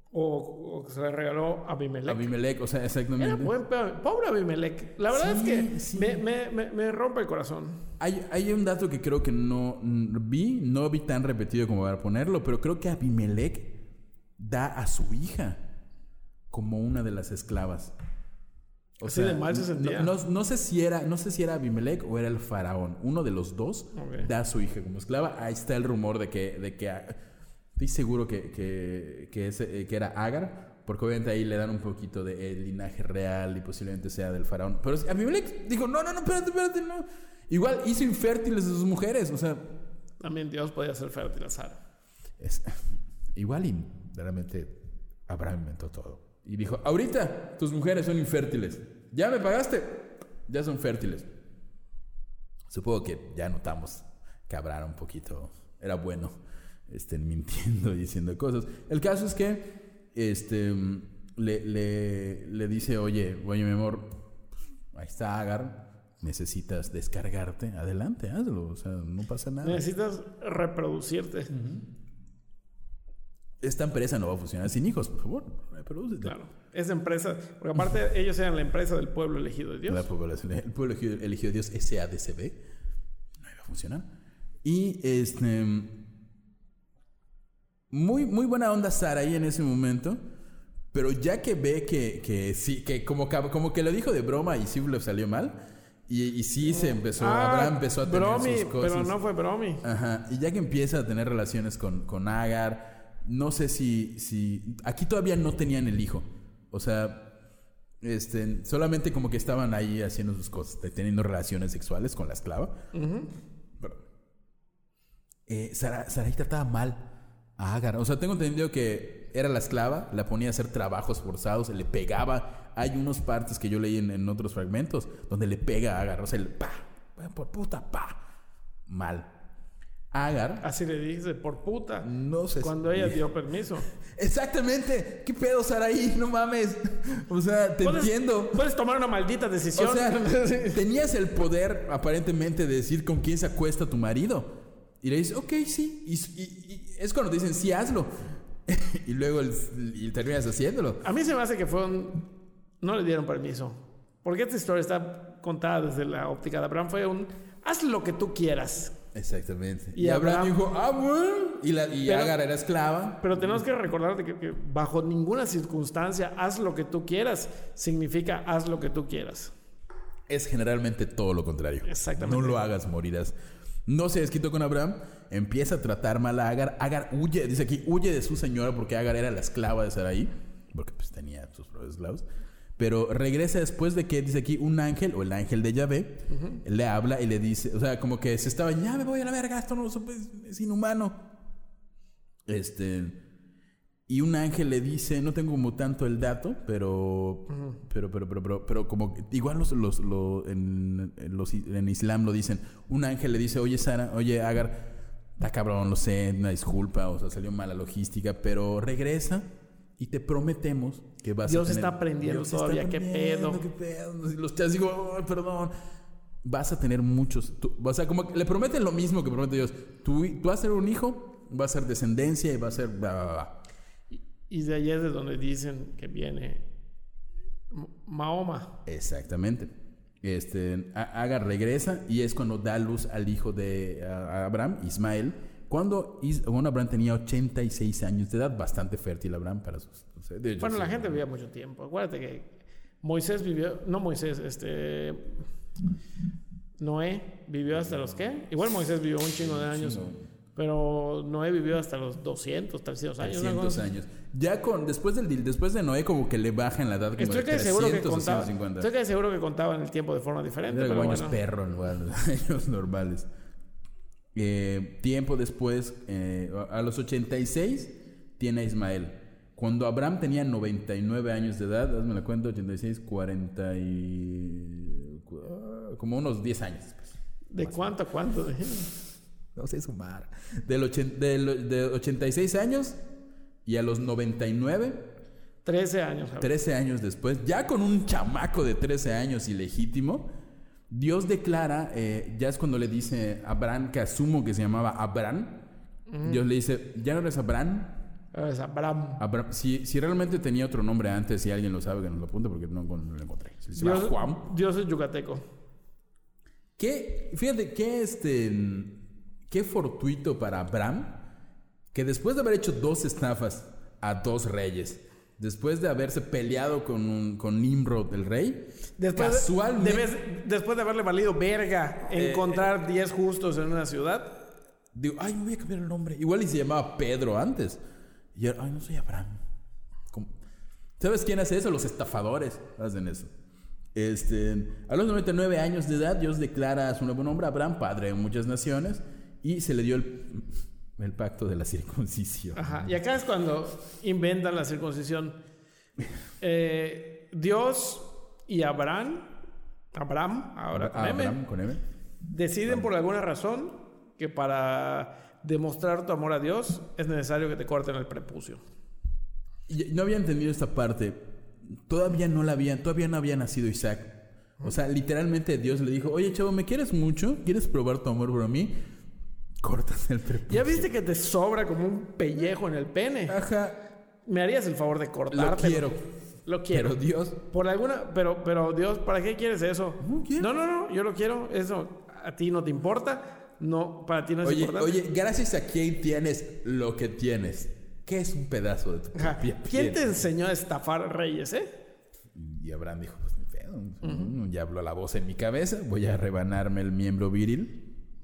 O, o que se le regaló a Abimelech. Abimelech, o sea, exactamente. Era buen peor. Pobre Abimelech. La verdad sí, es que sí. me, me, me, me rompe el corazón. Hay, hay un dato que creo que no vi, no vi tan repetido como para ponerlo, pero creo que Abimelech da a su hija como una de las esclavas. O Así sea, de mal se sentía. No, no, no sé si era, no sé si era Abimelech o era el faraón. Uno de los dos okay. da a su hija como esclava. Ahí está el rumor de que, de que estoy seguro que, que, que, ese, que era Agar, porque obviamente ahí le dan un poquito de el linaje real y posiblemente sea del faraón. Pero Abimelech dijo, no, no, no, espérate, espérate, no. Igual hizo infértiles a sus mujeres, o sea... También Dios podía hacer fértil a Sara. Es, igual y realmente Abraham inventó todo. Y dijo, ahorita tus mujeres son infértiles. ¿Ya me pagaste? Ya son fértiles. Supongo que ya notamos que Abraham un poquito era bueno. Estén mintiendo y diciendo cosas. El caso es que este le, le, le dice, oye, oye, mi amor, ahí está Agar, necesitas descargarte, adelante, hazlo, o sea, no pasa nada. Necesitas reproducirte. Uh-huh. Esta empresa no va a funcionar sin hijos, por favor, reprodúcete. Claro, esa empresa, porque aparte ellos eran la empresa del pueblo elegido de Dios. La población, el pueblo elegido, elegido de Dios, S A D C B, no iba a funcionar. Y este... Muy, muy buena onda Sara ahí en ese momento, pero ya que ve que, que sí, que como, como que lo dijo de broma y sí le salió mal, y, y sí se empezó, ah, Abraham empezó a tener bromi, sus cosas. Pero no fue bromi. Ajá, y ya que empieza a tener relaciones con, con Agar, no sé si, si, aquí todavía no tenían el hijo, o sea, este, solamente como que estaban ahí haciendo sus cosas, teniendo relaciones sexuales con la esclava. Uh-huh. Pero, eh, Sara, Sarai trataba mal a Agar. O sea, tengo entendido que era la esclava, la ponía a hacer trabajos forzados, le pegaba. Hay unas partes que yo leí en, en otros fragmentos donde le pega a Agar. O sea, le pa, por puta, pa. Mal. Agar. Así le dice, por puta. No sé. Cuando ella dio permiso. Exactamente. ¿Qué pedo, Sarai? No mames. O sea, te ¿Puedes, entiendo. Puedes tomar una maldita decisión. O sea, tenías el poder, aparentemente, de decir con quién se acuesta tu marido. Y le dices, ok, sí. Y, y, y es cuando te dicen, sí, hazlo. Y luego el, y terminas haciéndolo. A mí se me hace que fue un... No le dieron permiso. Porque esta historia está contada desde la óptica de Abraham. Fue un... Haz lo que tú quieras. Exactamente. Y, y Abraham, Abraham dijo, ah, bueno. Y, la, y pero, Agar era esclava. Pero tenemos que recordarte que, que bajo ninguna circunstancia haz lo que tú quieras significa haz lo que tú quieras. Es generalmente todo lo contrario. Exactamente. No lo hagas, morirás. No se desquitó con Abraham, empieza a tratar mal a Agar. Agar huye, dice aquí, huye de su señora porque Agar era la esclava de Sarai, porque pues tenía sus propios esclavos. Pero regresa después de que, dice aquí, un ángel, o el ángel de Yahvé, uh-huh. le habla y le dice, o sea, como que se estaba, ya me voy a la verga, esto no es, es inhumano. Este... Y un ángel le dice, no tengo como tanto el dato, pero, uh-huh. pero, pero, pero, pero, pero como igual los, los, los, en, los en Islam lo dicen, un ángel le dice, oye Sara, oye Agar, está cabrón, lo sé, una disculpa, o sea, salió mala logística, pero regresa y te prometemos que vas Dios a tener... Está aprendiendo Dios todavía, está aprendiendo, qué pedo. Qué pedo. Los chas digo, oh, perdón, vas a tener muchos, tú, o sea, como que le prometen lo mismo que promete Dios, tú, tú vas a ser un hijo, va a ser descendencia y va a ser... Bla, bla, bla. Y de ahí es de donde dicen que viene Mahoma. Exactamente. Este, Agar regresa y es cuando da luz al hijo de a Abraham, Ismael, cuando, Is, bueno, Abraham tenía ochenta y seis años de edad, bastante fértil Abraham para sus... De hecho, bueno, sí, la gente vivía mucho tiempo. Acuérdate que Moisés vivió, no Moisés, este... Noé vivió hasta los ¿qué? Igual Moisés vivió un chingo de años, sí, no. Pero Noé vivió hasta los doscientos, trescientos años. trescientos años. Ya con, después, del, después de Noé como que le bajan la edad como estoy de trescientos o ciento cincuenta. Estoy que seguro que contaban el tiempo de forma diferente. Era pero años bueno. perro en lugar de años normales. Eh, tiempo después, eh, a los ochenta y seis, tiene a Ismael. Cuando Abraham tenía noventa y nueve años de edad, hazme la cuenta, ochenta y seis, cuarenta y... como unos diez años después. ¿De cuánto a cuánto? No sé sumar. Del, ochen, del de ochenta y seis años y a los noventa y nueve. trece años. trece años después, ya con un chamaco de trece años ilegítimo, Dios declara, eh, ya es cuando le dice a Abraham, que asumo que se llamaba Abraham, uh-huh. Dios le dice, ¿ya no eres Abraham? Es Abraham. Abraham. Si, si realmente tenía otro nombre antes, si alguien lo sabe, que nos lo apunte porque no, no lo encontré. Si Dios, Juan. Dios es yucateco. ¿Qué? Fíjate, qué este... Qué fortuito para Abraham que después de haber hecho dos estafas a dos reyes, después de haberse peleado con, un, con Nimrod, el rey, después casualmente... De, después de haberle valido verga eh, encontrar diez eh, justos en una ciudad. Digo, ay, me voy a cambiar el nombre. Igual y se llamaba Pedro antes. Y yo, ay, no soy Abraham. ¿Cómo? ¿Sabes quién hace eso? Los estafadores hacen eso. Este, a los noventa y nueve años de edad, Dios declara a su nuevo nombre Abraham, padre de muchas naciones. Y se le dio el, el pacto de la circuncisión. Ajá. Y acá es cuando inventan la circuncisión. Eh, Dios y Abraham, Abraham, ahora con Abraham, M, con M, deciden Abraham. Por alguna razón que para demostrar tu amor a Dios es necesario que te corten el prepucio. Y no había entendido esta parte. Todavía no la habían, todavía no había nacido Isaac. O sea, literalmente Dios le dijo, oye, chavo, ¿me quieres mucho? ¿Quieres probar tu amor por mí? Cortas el prepucio. ¿Ya viste que te sobra como un pellejo en el pene? Ajá. ¿Me harías el favor de cortarte? Lo quiero. Lo quiero. Pero Dios... Por alguna... Pero, pero Dios, ¿para qué quieres eso? No quiero. No, no, no. Yo lo quiero. Eso a ti no te importa. No, para ti no es oye, importante. Oye, gracias a quién tienes lo que tienes. ¿Qué es un pedazo de tu propia ¿Quién piel? te enseñó a estafar reyes, eh? Y Abraham dijo, pues ni pedo. Uh-huh. Ya habló la voz en mi cabeza. Voy a rebanarme el miembro viril.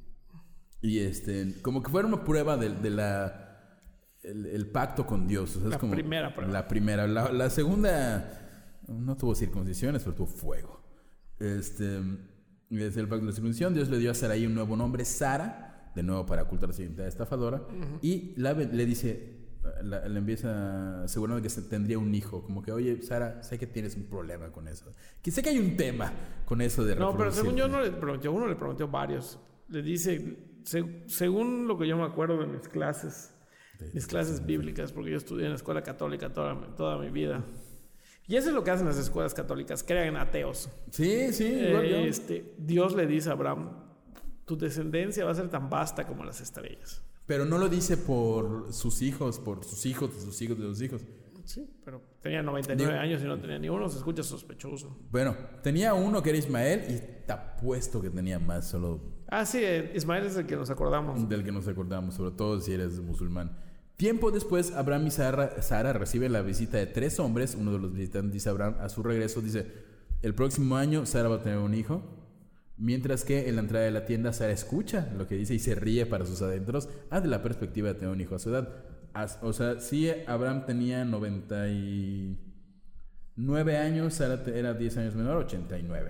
Y este, como que fuera una prueba de, de la el, el pacto con Dios. O sea, la es como primera prueba. La primera. La, la segunda no tuvo circuncisiones, pero tuvo fuego. Este, desde el pacto de la circuncisión, Dios le dio a Sarai un nuevo nombre, Sara, de nuevo para ocultar la identidad estafadora. Uh-huh. Y la, le dice, la, le empieza asegurando que se tendría un hijo. Como que, oye, Sara, sé que tienes un problema con eso. Que sé que hay un tema con eso de no, pero según yo no le prometió uno, le prometió varios. Le dice... Se, según lo que yo me acuerdo de mis clases, de, mis clases de bíblicas, porque yo estudié en la escuela católica toda, toda mi vida. Y eso es lo que hacen las escuelas católicas, crean ateos. Sí, sí. Eh, igual yo. Este, Dios le dice a Abraham, tu descendencia va a ser tan vasta como las estrellas. Pero no lo dice por sus hijos, por sus hijos, de sus hijos, de sus hijos. Sí, pero tenía noventa y nueve Digo, años y no tenía ni uno, se escucha sospechoso. Bueno, tenía uno que era Ismael y te apuesto que tenía más, solo... Ah, sí, Ismael es el que nos acordamos. Del que nos acordamos, sobre todo si eres musulmán. Tiempo después, Abraham y Sara, Sara reciben la visita de tres hombres. Uno de los visitantes dice a Abraham, a su regreso, dice, el próximo año Sara va a tener un hijo. Mientras que en la entrada de la tienda, Sara escucha lo que dice y se ríe para sus adentros ante la perspectiva de tener un hijo a su edad. O sea, sí, Abraham tenía noventa y nueve años, Sara era diez años menor, ochenta y nueve.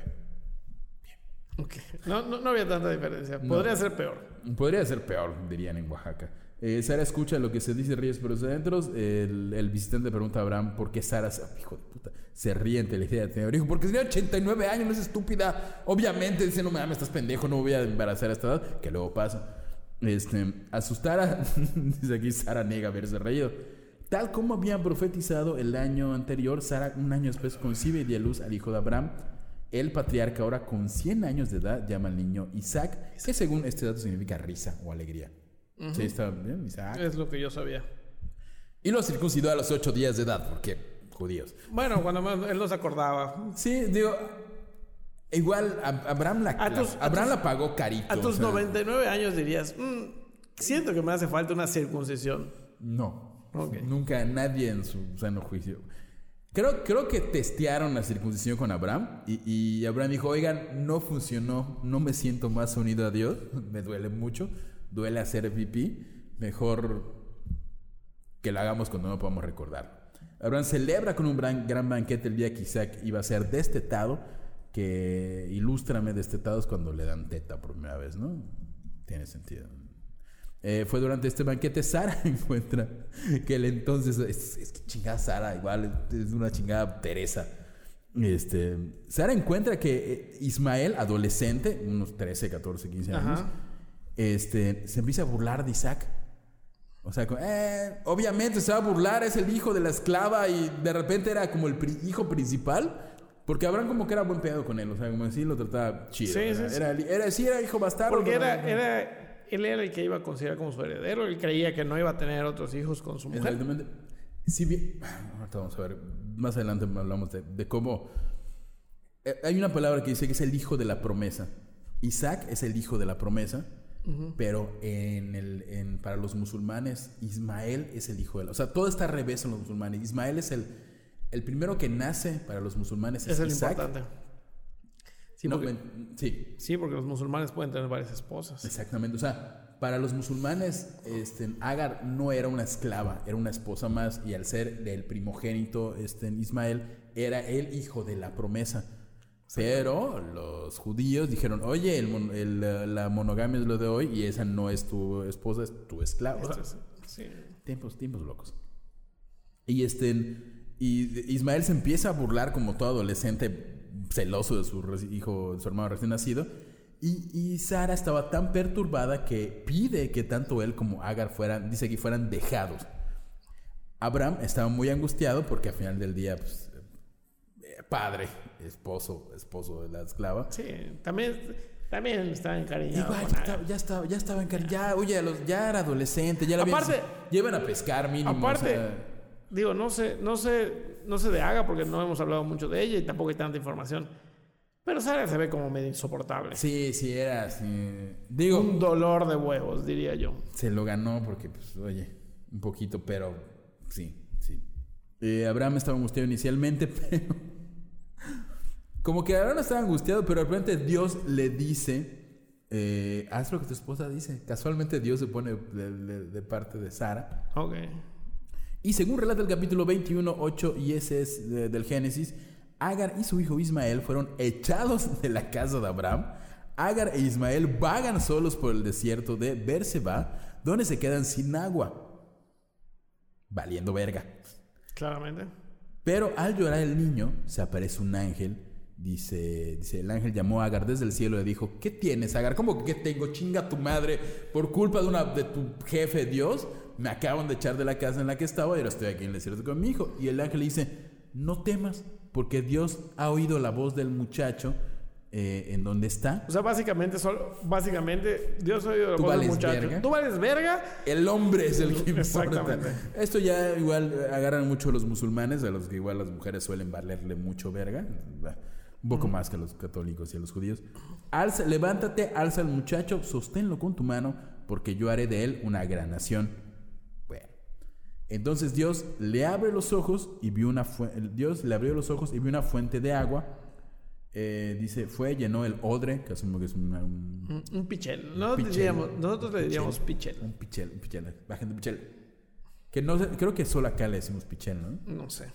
Okay. No, no, no había tanta diferencia. Podría no, ser peor. Podría ser peor, dirían en Oaxaca. Eh, Sara escucha lo que se dice, ríe por sus adentros. El, el visitante pregunta a Abraham por qué Sara, hijo de puta, se ríe ante la idea de tener hijo. Porque tenía ochenta y nueve años, no es estúpida. Obviamente dice, no mames, estás pendejo, no voy a embarazar a esta edad. Que luego pasa. Este, asustada, dice aquí, Sara niega haberse reído. Tal como habían profetizado el año anterior, Sara un año después concibe y dio a luz al hijo de Abraham. El patriarca, ahora con cien años de edad, llama al niño Isaac, que según este dato significa risa o alegría. Uh-huh. Sí, está bien, Isaac. Es lo que yo sabía. Y lo circuncidó a los ocho días de edad, porque judíos. Bueno, cuando él no se acordaba. Sí, digo, igual a- Abraham la, A tus- la- Abraham a tus- la pagó carito. A tus o sea, noventa y nueve años dirías, "Mm, siento que me hace falta una circuncisión". No, Ok. nunca nadie en su sano juicio. Creo, creo que testearon la circuncisión con Abraham y, y Abraham dijo, oigan, no funcionó, no me siento más unido a Dios, me duele mucho, duele hacer pipí, mejor que lo hagamos cuando no podamos recordar. Abraham celebra con un gran, gran banquete el día que Isaac iba a ser destetado, que ilústrame destetados cuando le dan teta por primera vez, ¿no? Tiene sentido. Eh, fue durante este banquete, Sara encuentra que el entonces, es, es que chingada Sara, igual es una chingada Teresa. Este, Sara encuentra que Ismael, adolescente, unos trece, catorce, quince años, Ajá. este, se empieza a burlar de Isaac. O sea, como, eh, obviamente se va a burlar, es el hijo de la esclava y de repente era como el pri- hijo principal. Porque Abraham como que era buen pedo con él, o sea, como así lo trataba chido. Sí, era, sí, sí. Era, era, sí, era hijo bastardo. Porque pero- era, era, él era el que iba a considerar como su heredero. Él creía que no iba a tener otros hijos con su mujer. Exactamente. Si bien, ahorita vamos a ver, más adelante hablamos de, de cómo... eh, hay una palabra que dice que es el hijo de la promesa. Isaac es el hijo de la promesa, uh-huh. pero en el, en, para los musulmanes, Ismael es el hijo de la... O sea, todo está al revés en los musulmanes. Ismael es el, el primero que nace para los musulmanes. Es, es el Isaac. importante. Sí, No, porque, men- sí, sí, porque los musulmanes pueden tener varias esposas. exactamente. O sea, para los musulmanes, este, Agar no era una esclava, era una esposa más. Y al ser del primogénito este, Ismael, era el hijo de la promesa. Pero los judíos dijeron, oye, el mon- el, la monogamia es lo de hoy y esa no es tu esposa, es tu esclava. O sea, Esto es- sí. tiempos, tiempos locos. Y este, y Ismael se empieza a burlar como todo adolescente celoso de su re- hijo, de su hermano recién nacido. Y, y Sara estaba tan perturbada que pide que tanto él como Agar fueran, dice que fueran dejados. Abraham estaba muy angustiado porque al final del día, pues, eh, padre, esposo, esposo de la esclava. Sí, también, también estaba encariñado. Igual, con ya, Agar. estaba, ya estaba, ya estaba encariñado. Ya, oye, a los, ya era adolescente, ya la habían- Aparte- llevan a pescar mínimo. Aparte, o sea, digo, no sé, no sé, no sé de Agar porque no hemos hablado mucho de ella y tampoco hay tanta información. Pero Sara se ve como medio insoportable. sí, sí, era así. Digo, Un dolor de huevos, diría yo. se lo ganó porque, pues, oye, un poquito, pero sí, sí. Eh, Abraham estaba angustiado inicialmente, pero... Como que Abraham estaba angustiado, pero de repente Dios le dice, eh, haz lo que tu esposa dice. Casualmente Dios se pone de, de- de parte de Sara. Ok. Y según relata el capítulo veintiuno, ocho, y ese es de- del Génesis, Agar y su hijo Ismael fueron echados de la casa de Abraham. Agar e Ismael vagan solos por el desierto de Beerseba, donde se quedan sin agua. Valiendo verga. Claramente. Pero al llorar el niño, se aparece un ángel. Dice, dice, el ángel llamó a Agar desde el cielo y le dijo, ¿qué tienes, Agar? ¿Cómo que qué tengo? Chinga tu madre. Por culpa de, una, de tu jefe Dios, me acaban de echar de la casa en la que estaba y ahora estoy aquí en el desierto con mi hijo. Y el ángel le dice, no temas, porque Dios ha oído la voz del muchacho eh, en donde está. O sea, básicamente, solo, básicamente Dios ha oído la Tú voz del vales muchacho. verga. Tú vales verga. El hombre es el que importa. Exactamente. Esto ya igual eh, agarran mucho los musulmanes, a los que igual las mujeres suelen valerle mucho verga. Un poco más que a los católicos y a los judíos. Alza, levántate, alza al muchacho, sosténlo con tu mano, porque yo haré de él una gran nación. Bueno. Entonces Dios le abre los ojos y vio una fu- Dios le abrió los ojos y vio una fuente de agua. Eh, dice, fue, llenó el odre, que asumo que es una- un, Un, un pichel. Nosotros, pichel. diríamos, nosotros le diríamos pichel. pichel. Un pichel, un pichel. Bajen de pichel. Que no sé, creo que solo acá le decimos pichel, ¿no? No sé.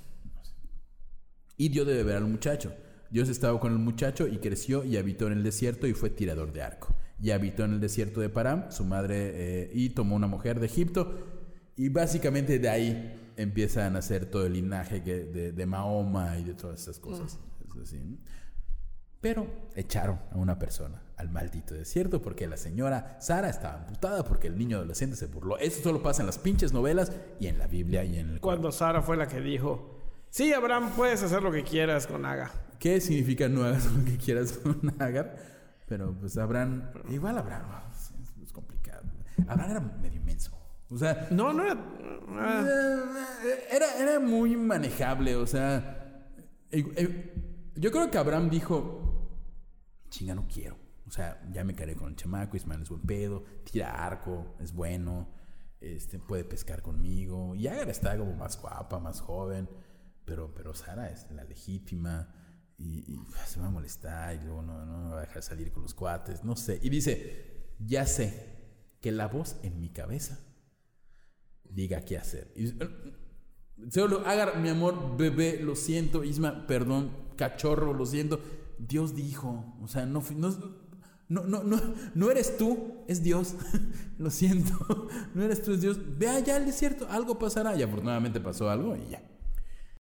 Y dio de beber al muchacho. Dios estaba con el muchacho y creció y habitó en el desierto y fue tirador de arco. Y habitó en el desierto de Param, su madre, eh, y tomó una mujer de Egipto. Y básicamente de ahí empieza a nacer todo el linaje que, de, de Mahoma y de todas esas cosas. Es así, ¿no? Pero echaron a una persona al maldito desierto porque la señora Sara estaba amputada porque el niño adolescente se burló. Eso solo pasa en las pinches novelas y en la Biblia y en el... Cuando Sara fue la que dijo, sí, Abraham, puedes hacer lo que quieras con Agar. ¿Qué significa no hagas lo que quieras con Agar? Pero pues Abraham, igual Abraham, es, es complicado. Abraham era medio inmenso. O sea... No, no era... Ah. Era, era muy manejable, o sea... Eh, eh, yo creo que Abraham dijo... Chinga, no quiero. O sea, ya me caeré con el chamaco, Ismael es buen pedo, tira arco, es bueno, este, puede pescar conmigo. Y Agar está como más guapa, más joven, pero, pero Sara es la legítima y, y se va a molestar y luego no, no me va a dejar salir con los cuates, no sé. Y dice, ya sé que la voz en mi cabeza diga qué hacer. Y, solo Agar, mi amor, bebé, lo siento, Isma, perdón, cachorro, lo siento. Dios dijo, o sea, no, no, no, no, no, no eres tú, es Dios. Lo siento, no eres tú, es Dios. Ve allá al desierto, algo pasará. Y afortunadamente pasó algo y ya.